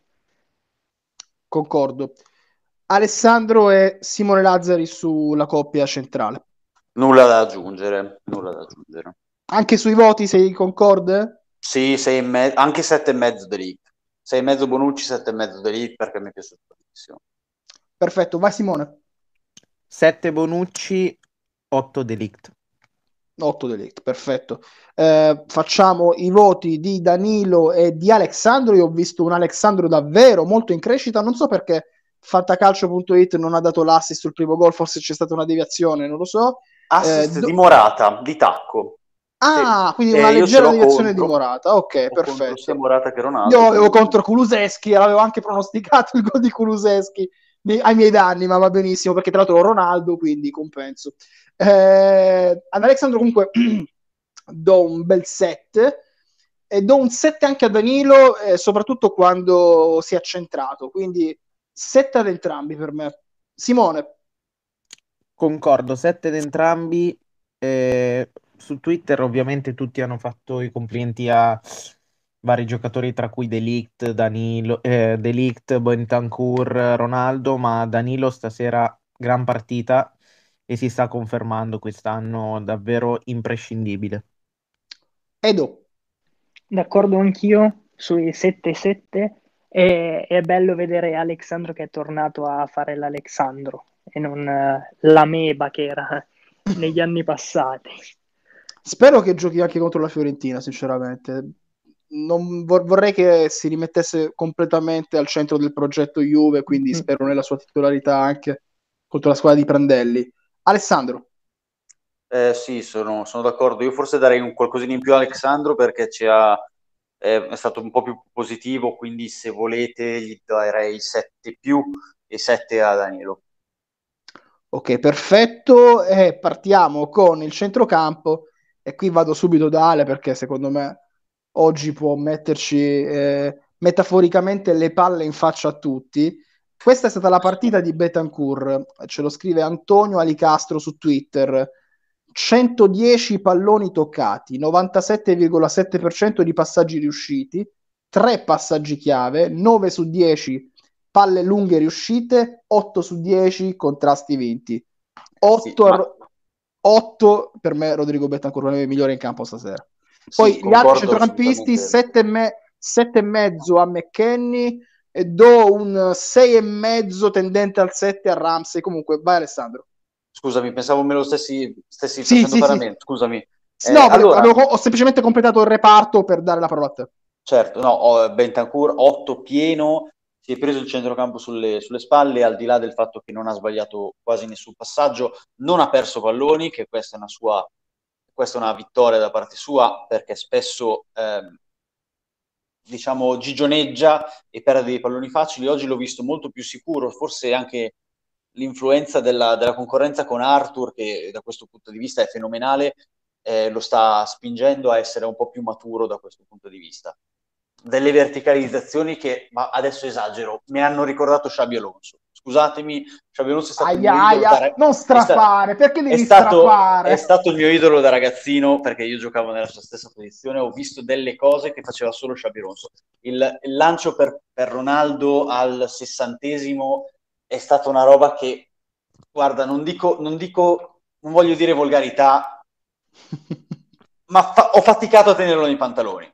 Concordo. Alessandro e Simone Lazzari sulla coppia centrale. Nulla da aggiungere, nulla da aggiungere. Anche sui voti sei concorde? Sì, sei e me- anche sette e mezzo Delict. sei e mezzo Bonucci, sette e mezzo Delict perché mi è piaciuto tantissimo. Perfetto, vai Simone. sette Bonucci, otto Delict. otto Delict, perfetto. Eh, facciamo i voti di Danilo e di Alessandro. Io ho visto un Alessandro davvero molto in crescita. Non so perché Fantacalcio punto it non ha dato l'assist sul primo gol, forse c'è stata una deviazione, non lo so. Eh, Assist di do- Morata, di tacco. Sì, Ah, quindi una eh, io ce leggera l'ho deviazione di contro. Morata. Ok, Ho contro sia perfetto. Morata che Io Ronaldo, avevo quindi contro Kuluseschi, l'avevo anche pronosticato il gol di Kuluseschi mi- ai miei danni, ma va benissimo perché tra l'altro ho Ronaldo, quindi compenso. Eh, ad Alessandro comunque do un bel set e do un sette anche a Danilo, eh, soprattutto quando si è centrato, quindi sette ad entrambi per me. Simone, Concordo, sette ad entrambi. Eh, su Twitter ovviamente tutti hanno fatto i complimenti a vari giocatori, tra cui De Ligt, Danilo, eh, De Ligt, Bentancur, Ronaldo, ma Danilo stasera gran partita e si sta confermando quest'anno davvero imprescindibile. Edo. D'accordo anch'io sui sette sette. E è bello vedere Alexandro che è tornato a fare l'Alexandro e non eh, l'ameba che era negli anni passati. Spero che giochi anche contro la Fiorentina, sinceramente. Non vor- vorrei che si rimettesse completamente al centro del progetto Juve, quindi Mm. spero nella sua titolarità anche contro la squadra di Prandelli. Alessandro. Eh, sì, sono, sono d'accordo. Io forse darei un qualcosina in più a Alexandro perché ci ha, eh, è stato un po' più positivo, quindi se volete gli darei sette più e sette a Danilo. Ok, perfetto. Eh, partiamo con il centrocampo e qui vado subito da Ale perché secondo me oggi può metterci eh, metaforicamente le palle in faccia a tutti. Questa è stata la partita di Betancourt, ce lo scrive Antonio Alicastro su Twitter. centodieci palloni toccati, novantasette virgola sette per cento di passaggi riusciti, tre passaggi chiave, nove su dieci palle lunghe riuscite, otto su dieci contrasti vinti. Sì, ma otto, otto per me Rodrigo Betancourt è il migliore in campo stasera. sì, Poi gli altri concordo centrocampisti assolutamente. sette e, me- sette e mezzo a McKennie e do un sei e mezzo tendente al sette a Ramsey. Comunque vai Alessandro. Scusami, pensavo me lo stessi, stessi Sì, facendo sì, fare a sì. me. Scusami. Eh, No, volevo- allora, avevo- ho semplicemente completato il reparto per dare la parola a te. certo, no, ho Bentancur otto pieno, si è preso il centrocampo sulle, sulle spalle, al di là del fatto che non ha sbagliato quasi nessun passaggio, non ha perso palloni, che questa è una sua, questa è una vittoria da parte sua, perché spesso ehm, diciamo gigioneggia e perde dei palloni facili. Oggi l'ho visto molto più sicuro, forse anche l'influenza della, della concorrenza con Arthur, che da questo punto di vista è fenomenale, eh, lo sta spingendo a essere un po' più maturo da questo punto di vista. Delle verticalizzazioni che, ma adesso esagero, mi hanno ricordato Xabi Alonso. Scusatemi, Xabi Alonso è stato il mio Aia, idolo da, aia, non è sta- strafare, perché è devi stato, è strafare? stato il mio idolo da ragazzino perché io giocavo nella sua stessa posizione, ho visto delle cose che faceva solo Xabi Alonso. Il, il lancio per, per Ronaldo al sessantesimo è stata una roba che, guarda, non dico, non dico, non voglio dire volgarità, ma fa- ho faticato a tenerlo nei pantaloni.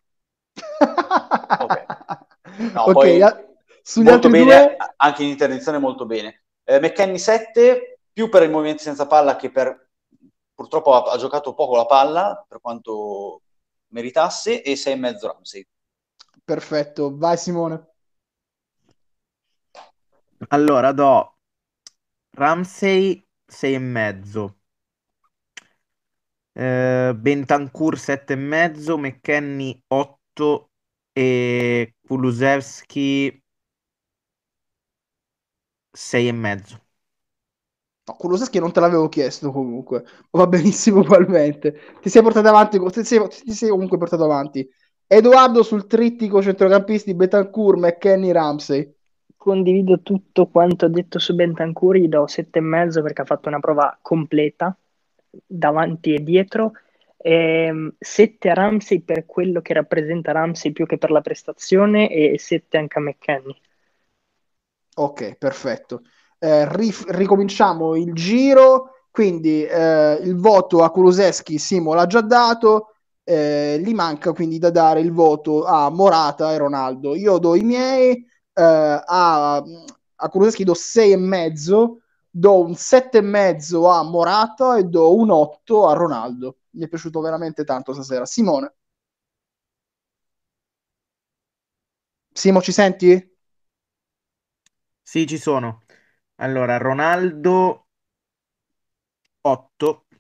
Ok. No, Ok, poi a- sugli molto altri bene, due? anche in interdizione molto bene. Eh, McKennie sette, più per il movimento senza palla che per... Purtroppo ha, ha giocato poco la palla, per quanto meritasse, e sei e mezzo Ramsey. Perfetto, vai Simone. Allora do Ramsey sei e mezzo, eh, Bentancur sette e mezzo, McKennie otto e Kulusevski sei e mezzo. No, Kulusevski non te l'avevo chiesto comunque, va benissimo ugualmente. Ti sei portato avanti, ti sei, ti sei comunque portato avanti. Edoardo sul trittico centrocampisti Betancourt, McKennie, Ramsey. Condivido tutto quanto ha detto su Bentancur, gli do sette e mezzo perché ha fatto una prova completa davanti e dietro. Ehm, sette a Ramsey per quello che rappresenta Ramsey più che per la prestazione e sette anche a McKennie. Ok, perfetto. Eh, rif- ricominciamo il giro, quindi eh, il voto a Kulusevski Simo l'ha già dato, eh, gli manca quindi da dare il voto a Morata e Ronaldo. Io do i miei, eh, a, a Kulusevski do sei e mezzo, do un sette e mezzo a Morata e do un otto a Ronaldo. Mi è piaciuto veramente tanto stasera. Simone. Simo, ci senti? Sì, ci sono. Allora, Ronaldo otto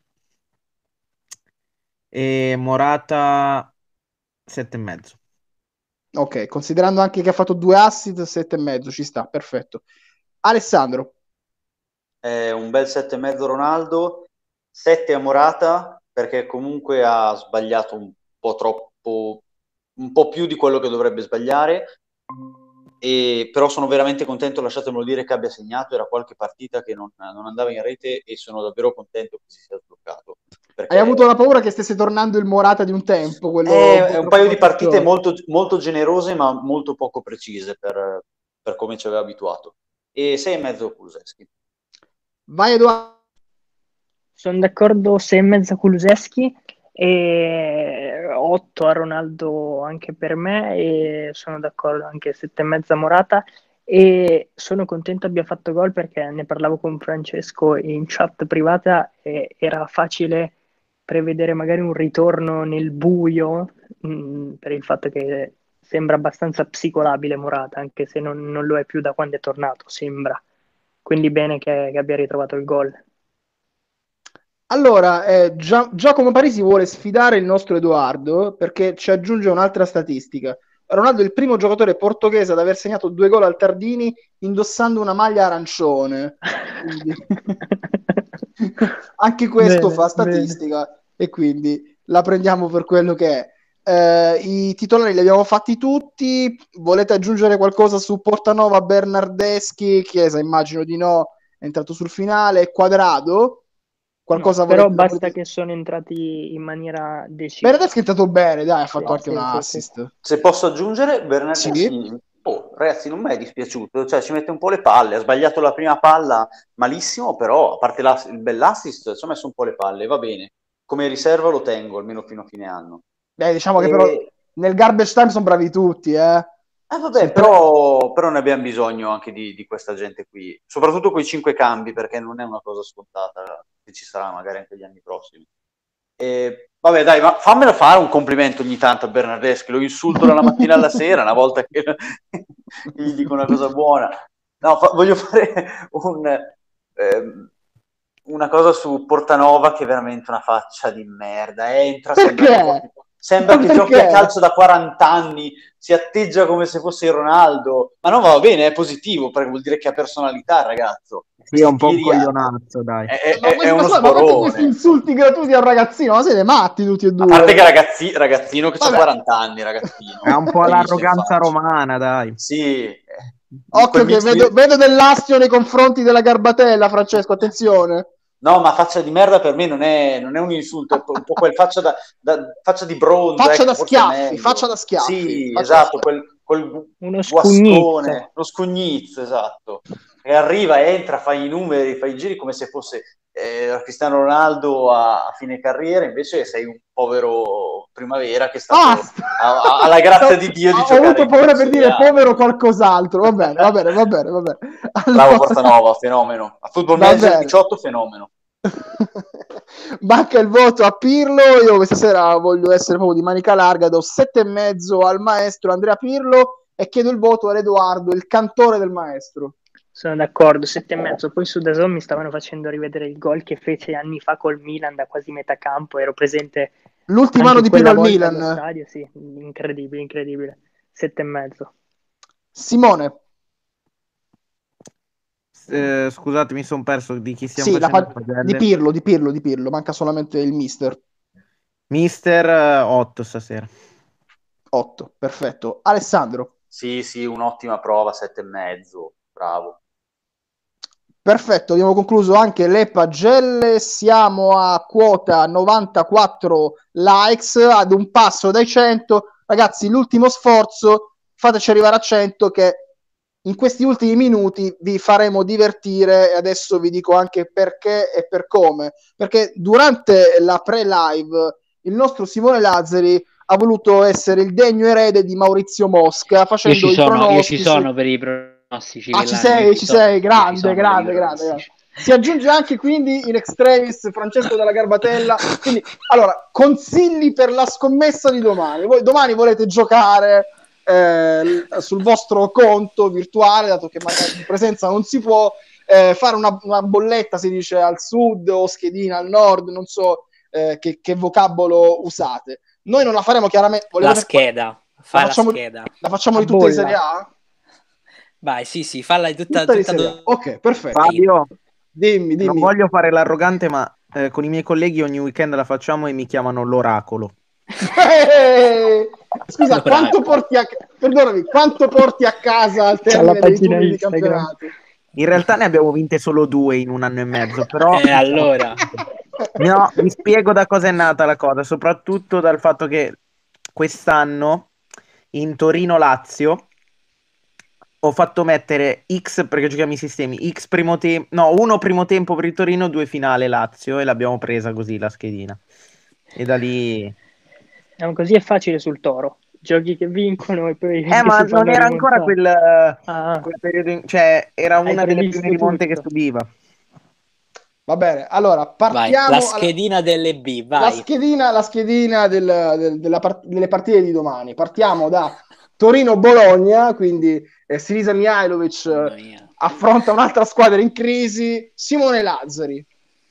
e Morata sette e mezzo. Ok, considerando anche che ha fatto due assist, sette e mezzo, ci sta, perfetto. Alessandro, È un bel sette e mezzo Ronaldo, sette a Morata, perché comunque ha sbagliato un po' troppo, un po' più di quello che dovrebbe sbagliare, e, però sono veramente contento, lasciatemelo dire, che abbia segnato, era qualche partita che non, non andava in rete e sono davvero contento che si sia sbloccato, hai perché avuto la paura che stesse tornando il Morata di un tempo, quello è, è un buono paio fino a di partite perciò. molto, molto generose ma molto poco precise per, per come ci aveva abituato. E sei e mezzo Kulusevski. Vai Edoardo. Sono d'accordo sei e mezza Kulusevski e otto a Ronaldo anche per me, e sono d'accordo anche sette e mezza Morata, e sono contento abbia fatto gol perché ne parlavo con Francesco in chat privata e era facile prevedere magari un ritorno nel buio, mh, per il fatto che sembra abbastanza psicolabile Morata, anche se non, non lo è più da quando è tornato, sembra. Quindi bene che, che abbia ritrovato il gol. Allora, eh, Gia- Giacomo Parisi vuole sfidare il nostro Edoardo perché ci aggiunge un'altra statistica. Ronaldo è il primo giocatore portoghese ad aver segnato due gol al Tardini indossando una maglia arancione. Quindi anche questo Bene, fa bene. statistica e quindi la prendiamo per quello che è. Eh, I titolari li abbiamo fatti tutti. Volete aggiungere qualcosa su Portanova, Bernardeschi? Chiesa, immagino di no, è entrato sul finale. Quadrado? No, Qualcosa però volete, lo basta volete... che sono entrati in maniera decisa. Bernardeschi è entrato bene, dai, ha Sì, fatto anche un sì, sì, sì. assist. Se posso aggiungere, Sì? Bernardeschi, oh, ragazzi, non mi è dispiaciuto, cioè ci mette un po' le palle, ha sbagliato la prima palla malissimo, però a parte l'ass- il bell'assist ci ha messo un po' le palle, va bene. Come riserva lo tengo, almeno fino a fine anno. Beh, diciamo che però E, nel garbage time sono bravi tutti, eh. eh, vabbè, Sono tre... però, però ne abbiamo bisogno anche di, di questa gente qui, soprattutto con i cinque cambi, perché non è una cosa scontata, che ci sarà magari anche gli anni prossimi. E, vabbè, dai, ma fammelo fare un complimento ogni tanto a Bernardeschi, lo insulto dalla mattina alla sera, una volta che gli dico una cosa buona. No, fa- voglio fare un, ehm, una cosa su Portanova che è veramente una faccia di merda. Entra, sembra che Perché? giochi, sembra Ma che giochi a perché? calcio da quaranta anni, si atteggia come se fosse Ronaldo. Ma no, va bene, è positivo, perché vuol dire che ha personalità il ragazzo. Sì, è Questi un po' un tiri a- coglionazzo, dai. è, è- Ma, è- è questi- ma uno scusa, ma perché questi sborone. insulti gratuiti a un ragazzino? Ma siete matti tutti e A parte che due? ragazzi, ragazzino che ha Vabbè, quaranta anni, È ragazzino, un po' l'hai visto in l'arroganza faccia. romana, dai. Sì, eh, occhio quel che mix vedo, di... vedo dell'astio nei confronti della Garbatella, Francesco, attenzione. No, ma faccia di merda per me non è, non è un insulto, è un po' quel faccia, da, da- faccia di bronzo, Faccia da ecco, forse è schiaffi, faccia meglio. da schiaffi, Sì, faccia da esatto, schiaffi. quel, quel gu- Uno scugnizzo. guascone, lo scugnizzo, esatto. E arriva, entra, fa i numeri, fa i giri come se fosse eh, Cristiano Ronaldo a, a fine carriera, invece sei un povero Primavera che è stato Basta! a- a- alla grazia di Dio di Ho giocare avuto in, in paura per Serie dire A. povero qualcos'altro. Va bene, va bene, va bene, va bene. Bravo Allora, Portanova, fenomeno. A Football va Manager bene. diciotto, fenomeno. Manca il voto a Pirlo. Io questa sera voglio essere proprio di manica larga. Do sette e mezzo al maestro Andrea Pirlo e chiedo il voto ad Edoardo, il cantore del maestro. Sono d'accordo, sette e mezzo. Poi su D A Z N mi stavano facendo rivedere il gol che fece anni fa col Milan da quasi metà campo. Ero presente L'ultimo anno anche di Pirlo quella al volta allo Milan. stadio, sì, incredibile, incredibile. Sette e mezzo. Simone. Eh, scusate, mi sono perso di chi stiamo Sì, la facendo fa- le di pagelle. Pirlo, di Pirlo, di Pirlo. Manca solamente il mister. Mister eh, otto stasera. otto, perfetto. Alessandro. Sì, sì, un'ottima prova, sette e mezzo, bravo. Perfetto, abbiamo concluso anche le pagelle, siamo a quota novantaquattro likes, ad un passo dai cento. Ragazzi, l'ultimo sforzo, fateci arrivare a cento che in questi ultimi minuti vi faremo divertire e adesso vi dico anche perché e per come. Perché durante la pre-live il nostro Simone Lazzari ha voluto essere il degno erede di Maurizio Mosca Io facendo ci i sono, io ci pronostici. sono per i pronostici, Ah, ci Villani, io sei, ci ci sono, sei, io ci grande, sono per i grande, grande, grande. pronostici. Si aggiunge anche quindi in extremis Francesco della Garbatella. Quindi, allora, consigli per la scommessa di domani. Voi domani volete giocare eh, sul vostro conto virtuale, dato che magari in presenza non si può eh, fare una, una bolletta, si dice al sud o schedina al nord, non so eh, che, che vocabolo usate. Noi non la faremo chiaramente. La Volete... scheda, La fai la facciamo, scheda. la facciamo A di tutte di Serie bolla. A? Vai, sì, sì, falla tutta, Tutta di tutta Serie A. Ok, perfetto. Fabio, Dimmi, non dimmi. voglio fare l'arrogante, ma eh, con i miei colleghi ogni weekend la facciamo e mi chiamano l'oracolo. Eh, Scusa, quanto L'oracolo. porti a perdonami, quanto porti a casa al C'ha la termine dei pagina turni di Instagram. campionato? In realtà ne abbiamo vinte solo due in un anno e mezzo, però Eh, allora. no, vi spiego da cosa è nata la cosa, soprattutto dal fatto che quest'anno in Torino-Lazio ho fatto mettere X perché giochiamo i sistemi X primo tempo, no, uno primo tempo per il Torino, due finale Lazio e l'abbiamo presa così la schedina. E da lì... Eh, così è facile sul Toro. Giochi che vincono e poi Eh, che ma si non fanno era ancora rimontare. quel, Ah, quel periodo, in- cioè era hai una delle prime previsto rimonte che tutto. subiva. Va bene, allora Vai, la partiamo alla- schedina delle B, la vai. schedina, la schedina del- del- della part- delle partite di domani. Partiamo da Torino-Bologna, quindi eh, Sirisa Mihajlovic Mamma eh, mia. affronta un'altra squadra in crisi, Simone Lazzari.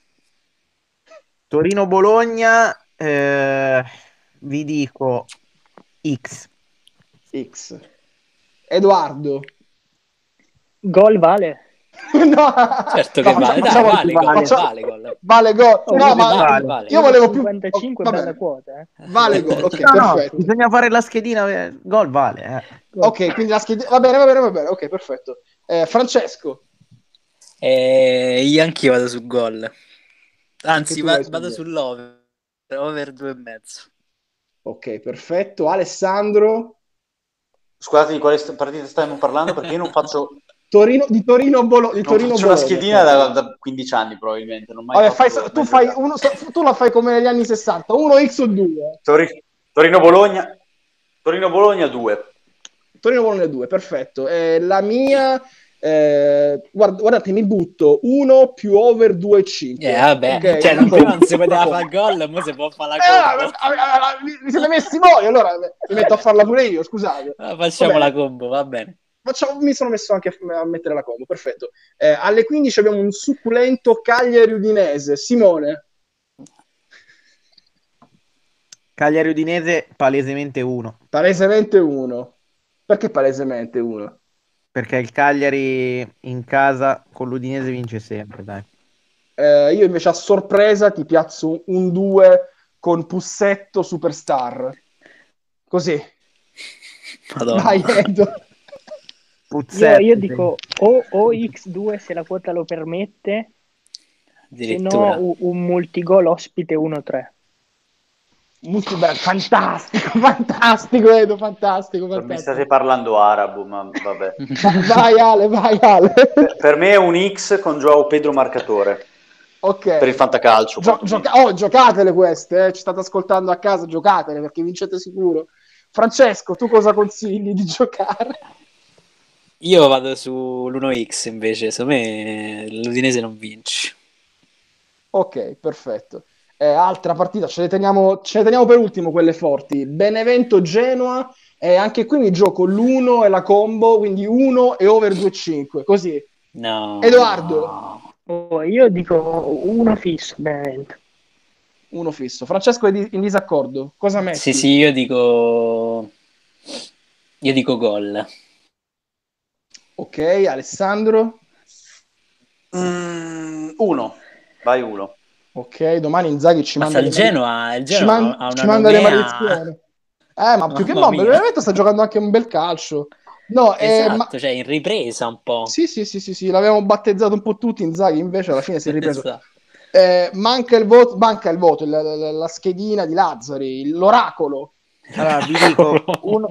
Torino-Bologna, eh, vi dico X. X. Edoardo. Gol vale. No, Certo no, che faccia- vale, dai, facciamo, vale gol, vale. vale gol. vale gol. Oh, No, uno- ma Vale, vale. vale. io volevo più... cinquantacinque oh, va bella bene. quota. Eh. Vale gol, ok, No, no, perfetto. bisogna fare la schedina, eh, gol vale. eh. Gol. Ok, quindi la schedina... Va bene, va bene, va bene, ok, perfetto. Eh, Francesco. E io anch'io vado su gol. Anche Anzi, tu va- vai sul vado gol. sull'over. Over due e mezzo. Ok, perfetto. Alessandro. Scusate di quale st- partita stiamo parlando perché io non faccio, Torino, di Torino Bolo- di non Torino faccio una Bologna. schedina da, da quindici anni probabilmente. Non ho mai Vabbè, fai- fatto, tu, mai fai giocato. uno, tu la fai come negli anni sessanta, uno X o due. Tori- Torino-Bologna, Torino-Bologna due. Torino Bologna due, perfetto. Eh, la mia, eh, guarda- guardate, mi butto uno più over due e cinque. Eh, vabbè, Ok? cioè, Una non, prima combo, non si poteva una fare combo. gol, ora si può fare la Eh, combo. ah, ah, ah, mi, mi siete messi voi, allora mi metto a farla pure io, scusate. Ah, facciamo Va la bene. combo, va bene. Facciamo- mi sono messo anche a, a mettere la combo, perfetto. Eh, alle quindici abbiamo un succulento Cagliari-Udinese. Simone. Cagliari Udinese palesemente uno, Palesemente uno. Perché palesemente uno? perché il Cagliari in casa con l'Udinese vince sempre, dai. Eh, io invece a sorpresa ti piazzo un due con Pussetto Superstar. Così. Madonna. Vai, Edo. Io, Puzzetto, io sì. dico o, o X due se la quota lo permette, se Addirittura. no un, un multigol ospite uno tre. Molto bello, fantastico, fantastico, Edo, fantastico, Mi fantastico. state parlando arabo, ma vabbè. Vai Ale, vai Ale. Per, per me è un X con Joao Pedro marcatore. Ok. Per il fantacalcio. Gio- quantomeno. gioca- oh, giocatele queste, eh. Ci state ascoltando a casa, giocatele perché vincete sicuro. Francesco, tu cosa consigli di giocare? Io vado sull'uno X invece, secondo me l'Udinese non vince. Ok, perfetto. Eh, altra partita, ce le teniamo, ce le teniamo per ultimo quelle forti. Benevento-Genoa, e anche qui mi gioco l'uno e la combo, quindi uno e over due virgola cinque, così. No. Edoardo. Oh, io dico uno fisso, Benevento. Uno fisso. Francesco è di- in disaccordo. Cosa metti? Sì, sì, io dico... Io dico gol. Ok, Alessandro. Mm, uno. Vai uno. Ok, domani Inzaghi ci Ma manda sta il le male- Genoa, il ci, Genoa man- ha una ci manda le nomea... maledizioni. Eh, ma più che Mamma no, mia. veramente sta giocando anche un bel calcio. No, eh, Esatto, ma... cioè in ripresa un po'. Sì, sì, sì, sì, sì, l'avevamo battezzato un po' tutti Inzaghi, invece alla fine si è ripreso. Esatto. Eh, manca il voto, manca il voto, la, la- la schedina di Lazzari, l'oracolo. Allora, vi dico uno,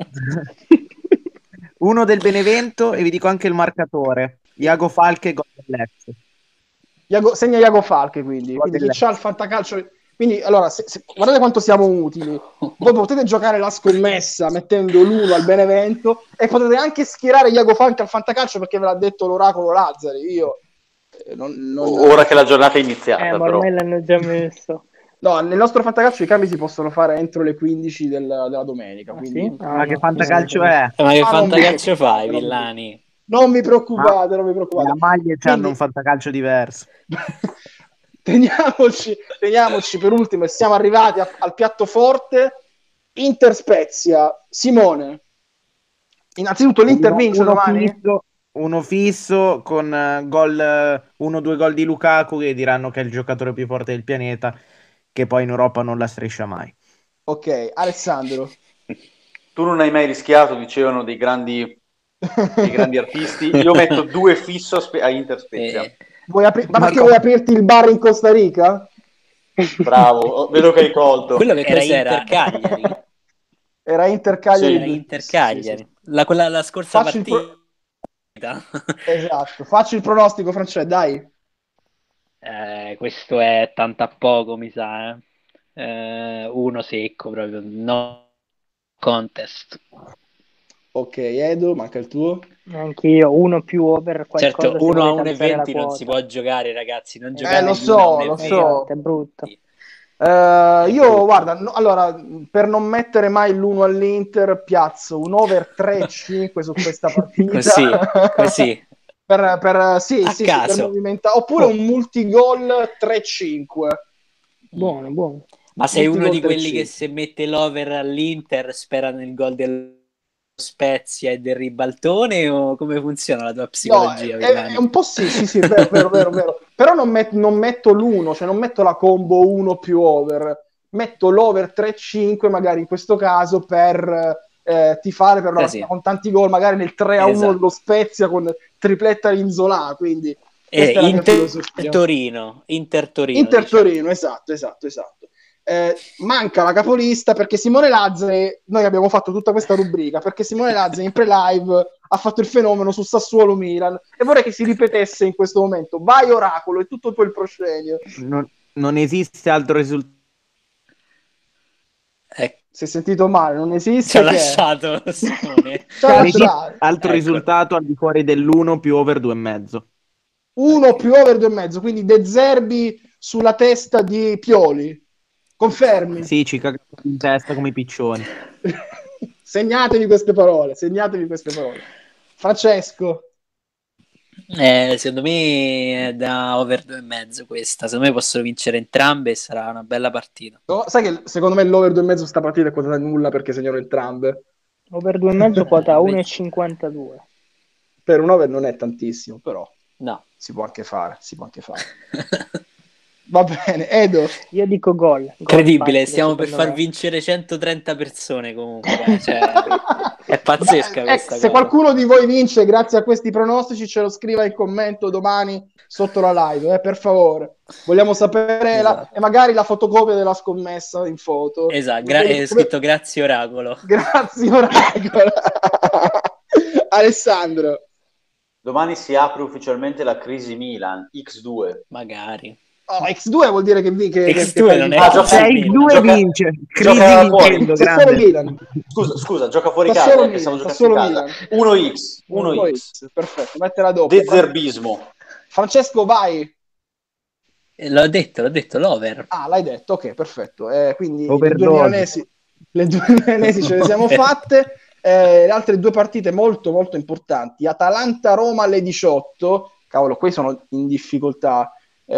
uno del Benevento e vi dico anche il marcatore. Iago Falche, gol dell'Ex. Iago- segna Iago Falche, quindi. Gol Quindi chi dell'Ex. c'ha il fantacalcio... Quindi, allora, se- se- guardate quanto siamo utili. Voi potete giocare la scommessa mettendo l'uno al Benevento e potete anche schierare Iago Falche al fantacalcio perché ve l'ha detto l'oracolo Lazzari. Io... eh, non- non- Ora che la giornata è iniziata, Eh, ma però. ormai l'hanno già messo. No, nel nostro fantacalcio i cambi si possono fare entro le quindici del- della domenica. Ah, Quindi... sì? Ah, Ma che no, fantacalcio no, è? Eh, ma che Ah, non vi fantacalcio fai, preoccupate, non vi Villani? Non vi Ma preoccupate, non vi preoccupate. la maglia Quindi- hanno un fantacalcio diverso. teniamoci, teniamoci per ultimo e siamo arrivati a- al piatto forte. Inter Spezia. Simone. Innanzitutto l'Inter Uno, vince uno domani? fisso, uno fisso con eh, gol, eh, uno o due gol di Lukaku che diranno che è il giocatore più forte del pianeta, che poi in Europa non la striscia mai. Ok, Alessandro. Tu non hai mai rischiato, dicevano dei grandi, dei grandi artisti. Io metto due fisso a, Spe- a Inter Spezia. Eh, Vuoi apri- ma Ma perché co- vuoi aprirti il bar in Costa Rica? Bravo, oh, vedo che hai colto. quello che Era cos'era? Inter Cagliari. Era Inter Cagliari. Sì. Era due. Inter Sì, Cagliari. sì. La, quella, la scorsa Faccio il partita. pro- Esatto, faccio il pronostico, Francesco, dai. Eh, questo è tanto a poco, mi sa. Eh. Eh, uno secco proprio, no contest. Ok, Edo, manca il tuo. Anche io, uno più over Certo, qualcosa se uno a volete alzare la uno e venti non si quota. può giocare, ragazzi. Non Eh, giocate lo di uno a so, lo uno e venti. so. Esatto, è brutto. Eh, È io, brutto. guarda, no- allora, per non mettere mai l'uno all'Inter, piazzo un over tre virgola cinque su questa partita. Così, così. Per, per- sì, A sì, sì, per caso. movimentare. Oppure un multigol tre virgola cinque. Buono, buono. Ma sei uno Multigol di quelli che tre virgola cinque. se mette l'over all'Inter spera nel gol dello Spezia e del ribaltone o come funziona la tua No, psicologia, è, è Villani? un po' sì, sì, sì, vero, vero, vero, vero. Però non, met- non metto l'uno, cioè non metto la combo uno più over. Metto l'over tre virgola cinque magari in questo caso per eh, tifare per una Così. partita con tanti gol, magari nel tre a uno Esatto. dello Spezia con tripletta di Inzola, quindi Eh, questa è la mia Inter filosofia. Torino, Inter Torino, Inter diciamo. Torino, esatto, esatto, esatto. Eh, manca la capolista perché Simone Lazzari, noi abbiamo fatto tutta questa rubrica perché Simone Lazzari in pre-live ha fatto il fenomeno su Sassuolo Milan e vorrei che si ripetesse in questo momento. Vai Oracolo e tutto quel proscenio. Non, non esiste altro risultato. Eh, Si è sentito male, non ci ha esiste che lasciato Simone. ci ha Non esiste lasciato. altro Ecco. risultato al di fuori dell'uno più over due e mezzo. Uno Ok. più over due e mezzo, quindi De Zerbi sulla testa di Pioli. Confermi? Sì, ci cagate in testa come i piccioni. Segnatevi queste parole, segnatevi queste parole. Francesco. Eh, secondo me è da over due e mezzo questa. Secondo me possono vincere entrambe e sarà una bella partita. No, sai che secondo me l'over due e mezzo sta partita è quotata nulla perché segnano entrambe. Over due e mezzo quota Eh, uno vedi. virgola cinquantadue. Per un over non è tantissimo, però No. si può anche fare, si può anche fare. Va bene, Edo. Io dico gol. gol Incredibile, facile, stiamo per secondo far me. vincere centotrenta persone comunque. Cioè, è pazzesca Beh, questa eh, se cosa. qualcuno di voi vince grazie a questi pronostici, ce lo scriva in commento domani sotto la live, eh, per favore. Vogliamo sapere la- Esatto. e magari la fotocopia della scommessa in foto. Esatto, gra- Come- è scritto grazie Oracolo. Grazie, Oracolo. Alessandro. Domani si apre ufficialmente la crisi Milan, X due. Magari. Oh, X due vuol dire che, vi- che, che- X che due fai non di- è Ah, crisi gioca- Se Milan. il due Gioca- vince, gioca crisi fuori. vincendo, Sta solo grande. Milan. Scusa, scusa, gioca fuori Sta casa solo perché Milan, stiamo sta giocando in solo casa. Milan. uno x, uno Uno x. X, perfetto, mettela dopo. Dezerbismo. Francesco, vai. Eh, L'ho detto, l'ho detto, l'over. Ah, l'hai detto, ok, perfetto. Eh, quindi le due Overdose. milanesi, le due milanesi ce le siamo fatte. Eh, le altre due partite molto molto importanti. Atalanta-Roma alle diciotto. Cavolo, qui sono in difficoltà.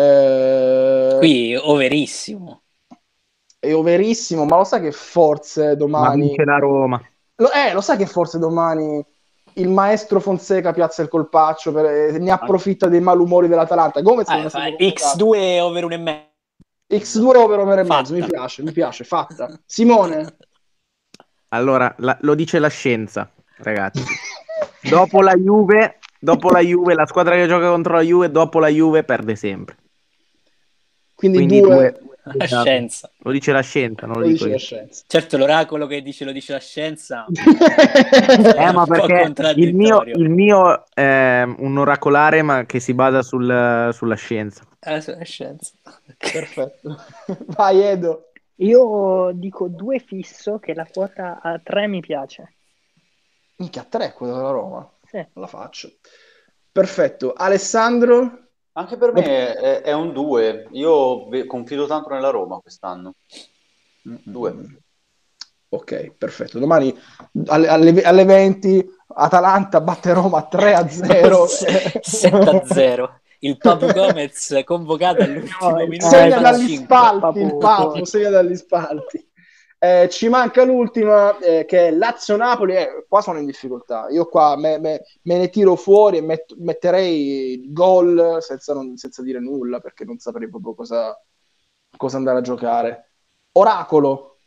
Eh, Qui overissimo. è overissimo, ma lo sai che forse Ma domani... vince la Roma. Lo, eh, lo sai che forse domani il maestro Fonseca piazza il colpaccio, per, eh, ne approfitta dei malumori dell'Atalanta. Gomez non Ah, è stato fa convocato. X due over uno e mezzo. X due over over e mezzo, mi Fatta. piace, mi piace, fatta. Simone? Allora, la- lo dice la scienza, ragazzi. Dopo la Juve, dopo la Juve, la squadra che gioca contro la Juve, dopo la Juve perde sempre. Quindi, Quindi due, due. La scienza. Lo dice la scienza, non lo lo dico dice la io. scienza. Certo, l'oracolo che dice lo dice la scienza Eh, è ma un po' perché il mio, contraddittorio. il mio è un oracolare, ma che si basa sul- sulla scienza. Eh, sulla scienza. Ok. Perfetto. Vai, Edo. Io dico due fisso che la quota a tre mi piace. Minchia, tre quello della Roma. Sì. La faccio. Perfetto. Alessandro? Anche per me è, è un due. Io ve- confido tanto nella Roma quest'anno. Due. Ok, perfetto. Domani alle, alle- alle venti Atalanta batte Roma tre a zero. sette a zero. Il Papu Gomez convocato all'ultimo No, il- minuto. Segna Eh, dagli cinque. spalti il Papu, Papu, fuori. segna dagli spalti. Eh, ci manca l'ultima eh, che è Lazio-Napoli. Eh, qua sono in difficoltà. Io qua me, me- me ne tiro fuori e met- metterei il gol senza, non- senza dire nulla perché non saprei proprio cosa, cosa andare a giocare. Oracolo.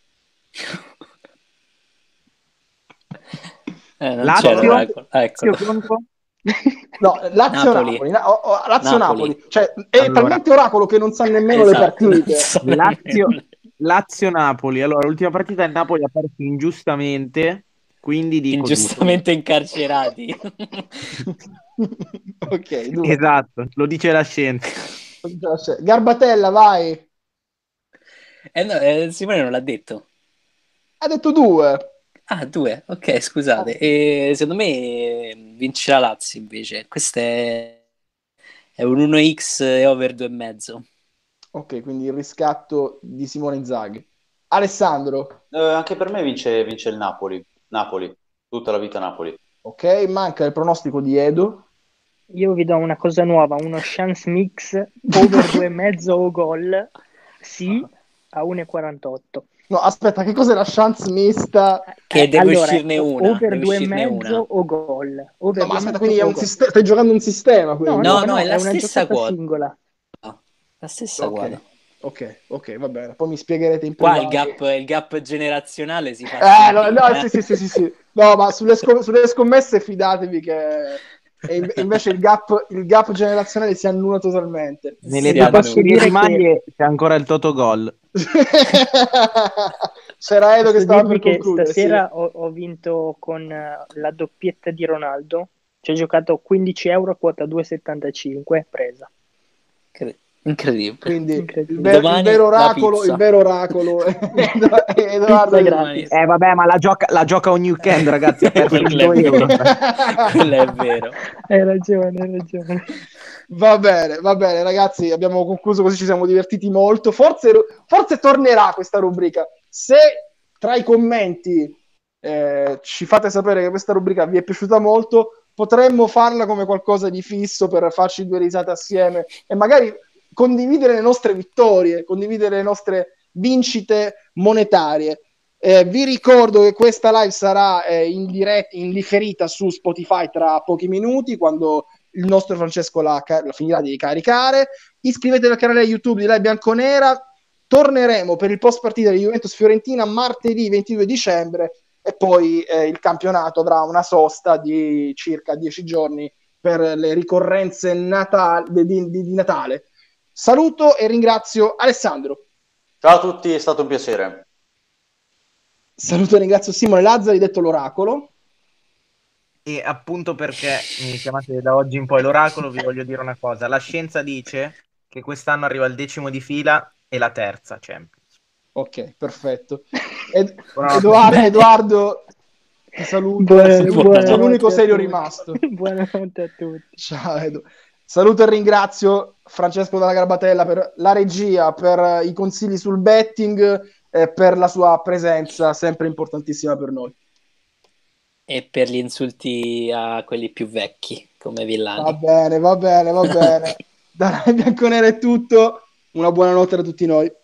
Eh, non Lazio? c'era l'oracolo. Ah, eccolo. Lazio contro? No, Lazio-Napoli. Napoli. Na- o- o- Lazio-Napoli. Napoli. Cioè, è Allora. talmente oracolo che non sa nemmeno le Esatto, non partite. so Lazio, nemmeno. Lazio-Napoli. Allora, l'ultima partita il Napoli ha perso ingiustamente Quindi dico ingiustamente incarcerati. Ok, due. due. Esatto, lo dice la scienza. Garbatella, vai. Eh no, eh, Simone non l'ha detto. Ha detto due. Ah, due, ok, scusate. E secondo me vince la Lazio invece. Questo è, è un uno x e over due e mezzo. Ok, quindi il riscatto di Simone Inzaghi. Alessandro. Eh, anche per me vince, vince il Napoli. Napoli, tutta la vita Napoli. Ok, manca il pronostico di Edo. Io vi do una cosa nuova, uno chance mix over due e mezzo o gol, sì, a uno e quarantotto. No, aspetta, che cos'è la chance mista? Che Eh, deve allora, uscirne o- una. over Deve due e uscirne mezzo una. o gol. Over No, ma due e aspetta, mezzo quindi è o un gol. siste- stai giocando un sistema, No, quindi. no, No, no, no, è è la una stessa giocata quota. singola. La stessa quota. Ok, ok, ok, va bene. Poi mi spiegherete in Qua il privato. gap, il gap generazionale si fa Eh, no, sentire. no, eh. sì, sì, sì, sì, sì. No, ma sulle, scom- sulle scommesse fidatevi che e in- invece il gap, il gap generazionale si annulla totalmente. Nelle Si Vi posso batterie dire di che maglie c'è ancora il Totogol. C'era Edo che posso stava dirvi per che concludere, sì. stasera ho, ho vinto con eh, la doppietta di Ronaldo. Ci ho giocato quindici euro, quota due e settantacinque, presa. Incre- Incredibile. Quindi il, Incredibile. ver- il Domani vero la oracolo, il pizza. vero oracolo è Edo- Edoardo Pizza Iturri. gratis. Eh vabbè, ma la gioca, la gioca ogni weekend, ragazzi, ha perso Quello è cento euro. vero. Quello è vero. Hai ragione, hai ragione. Va bene, va bene, ragazzi, abbiamo concluso così, ci siamo divertiti molto. Forse, forse tornerà questa rubrica. Se tra i commenti eh, ci fate sapere che questa rubrica vi è piaciuta molto, potremmo farla come qualcosa di fisso per farci due risate assieme e magari condividere le nostre vittorie, condividere le nostre vincite monetarie. Eh, vi ricordo che questa live sarà eh, in diretta, in differita su Spotify tra pochi minuti, quando il nostro Francesco la, la finirà di caricare. Iscrivetevi al canale YouTube di Live Bianconera. Torneremo per il post partita di Juventus Fiorentina martedì ventidue dicembre e poi eh, il campionato avrà una sosta di circa dieci giorni per le ricorrenze Natale, di, di, di Natale. Saluto e ringrazio Alessandro. Ciao a tutti, è stato un piacere. Saluto e ringrazio Simone Lazzari, detto l'oracolo. E appunto perché mi chiamate da oggi in poi l'oracolo, vi voglio dire una cosa. La scienza dice che quest'anno arriva il decimo di fila e la terza Champions. Ok, perfetto. Ed- Buonanotte. Edoardo, Bene. Edoardo, ti saluto. Buona- sei, l'unico- buonanotte sei l'unico a serio tutti. rimasto. Buonanotte a tutti. Ciao Edo. Saluto e ringrazio Francesco Dalla Garbatella per la regia, per i consigli sul betting e per la sua presenza sempre importantissima per noi. E per gli insulti a quelli più vecchi, come Va Villani. bene, va bene, va bene. Da Bianconera è tutto. Una buona notte a tutti noi.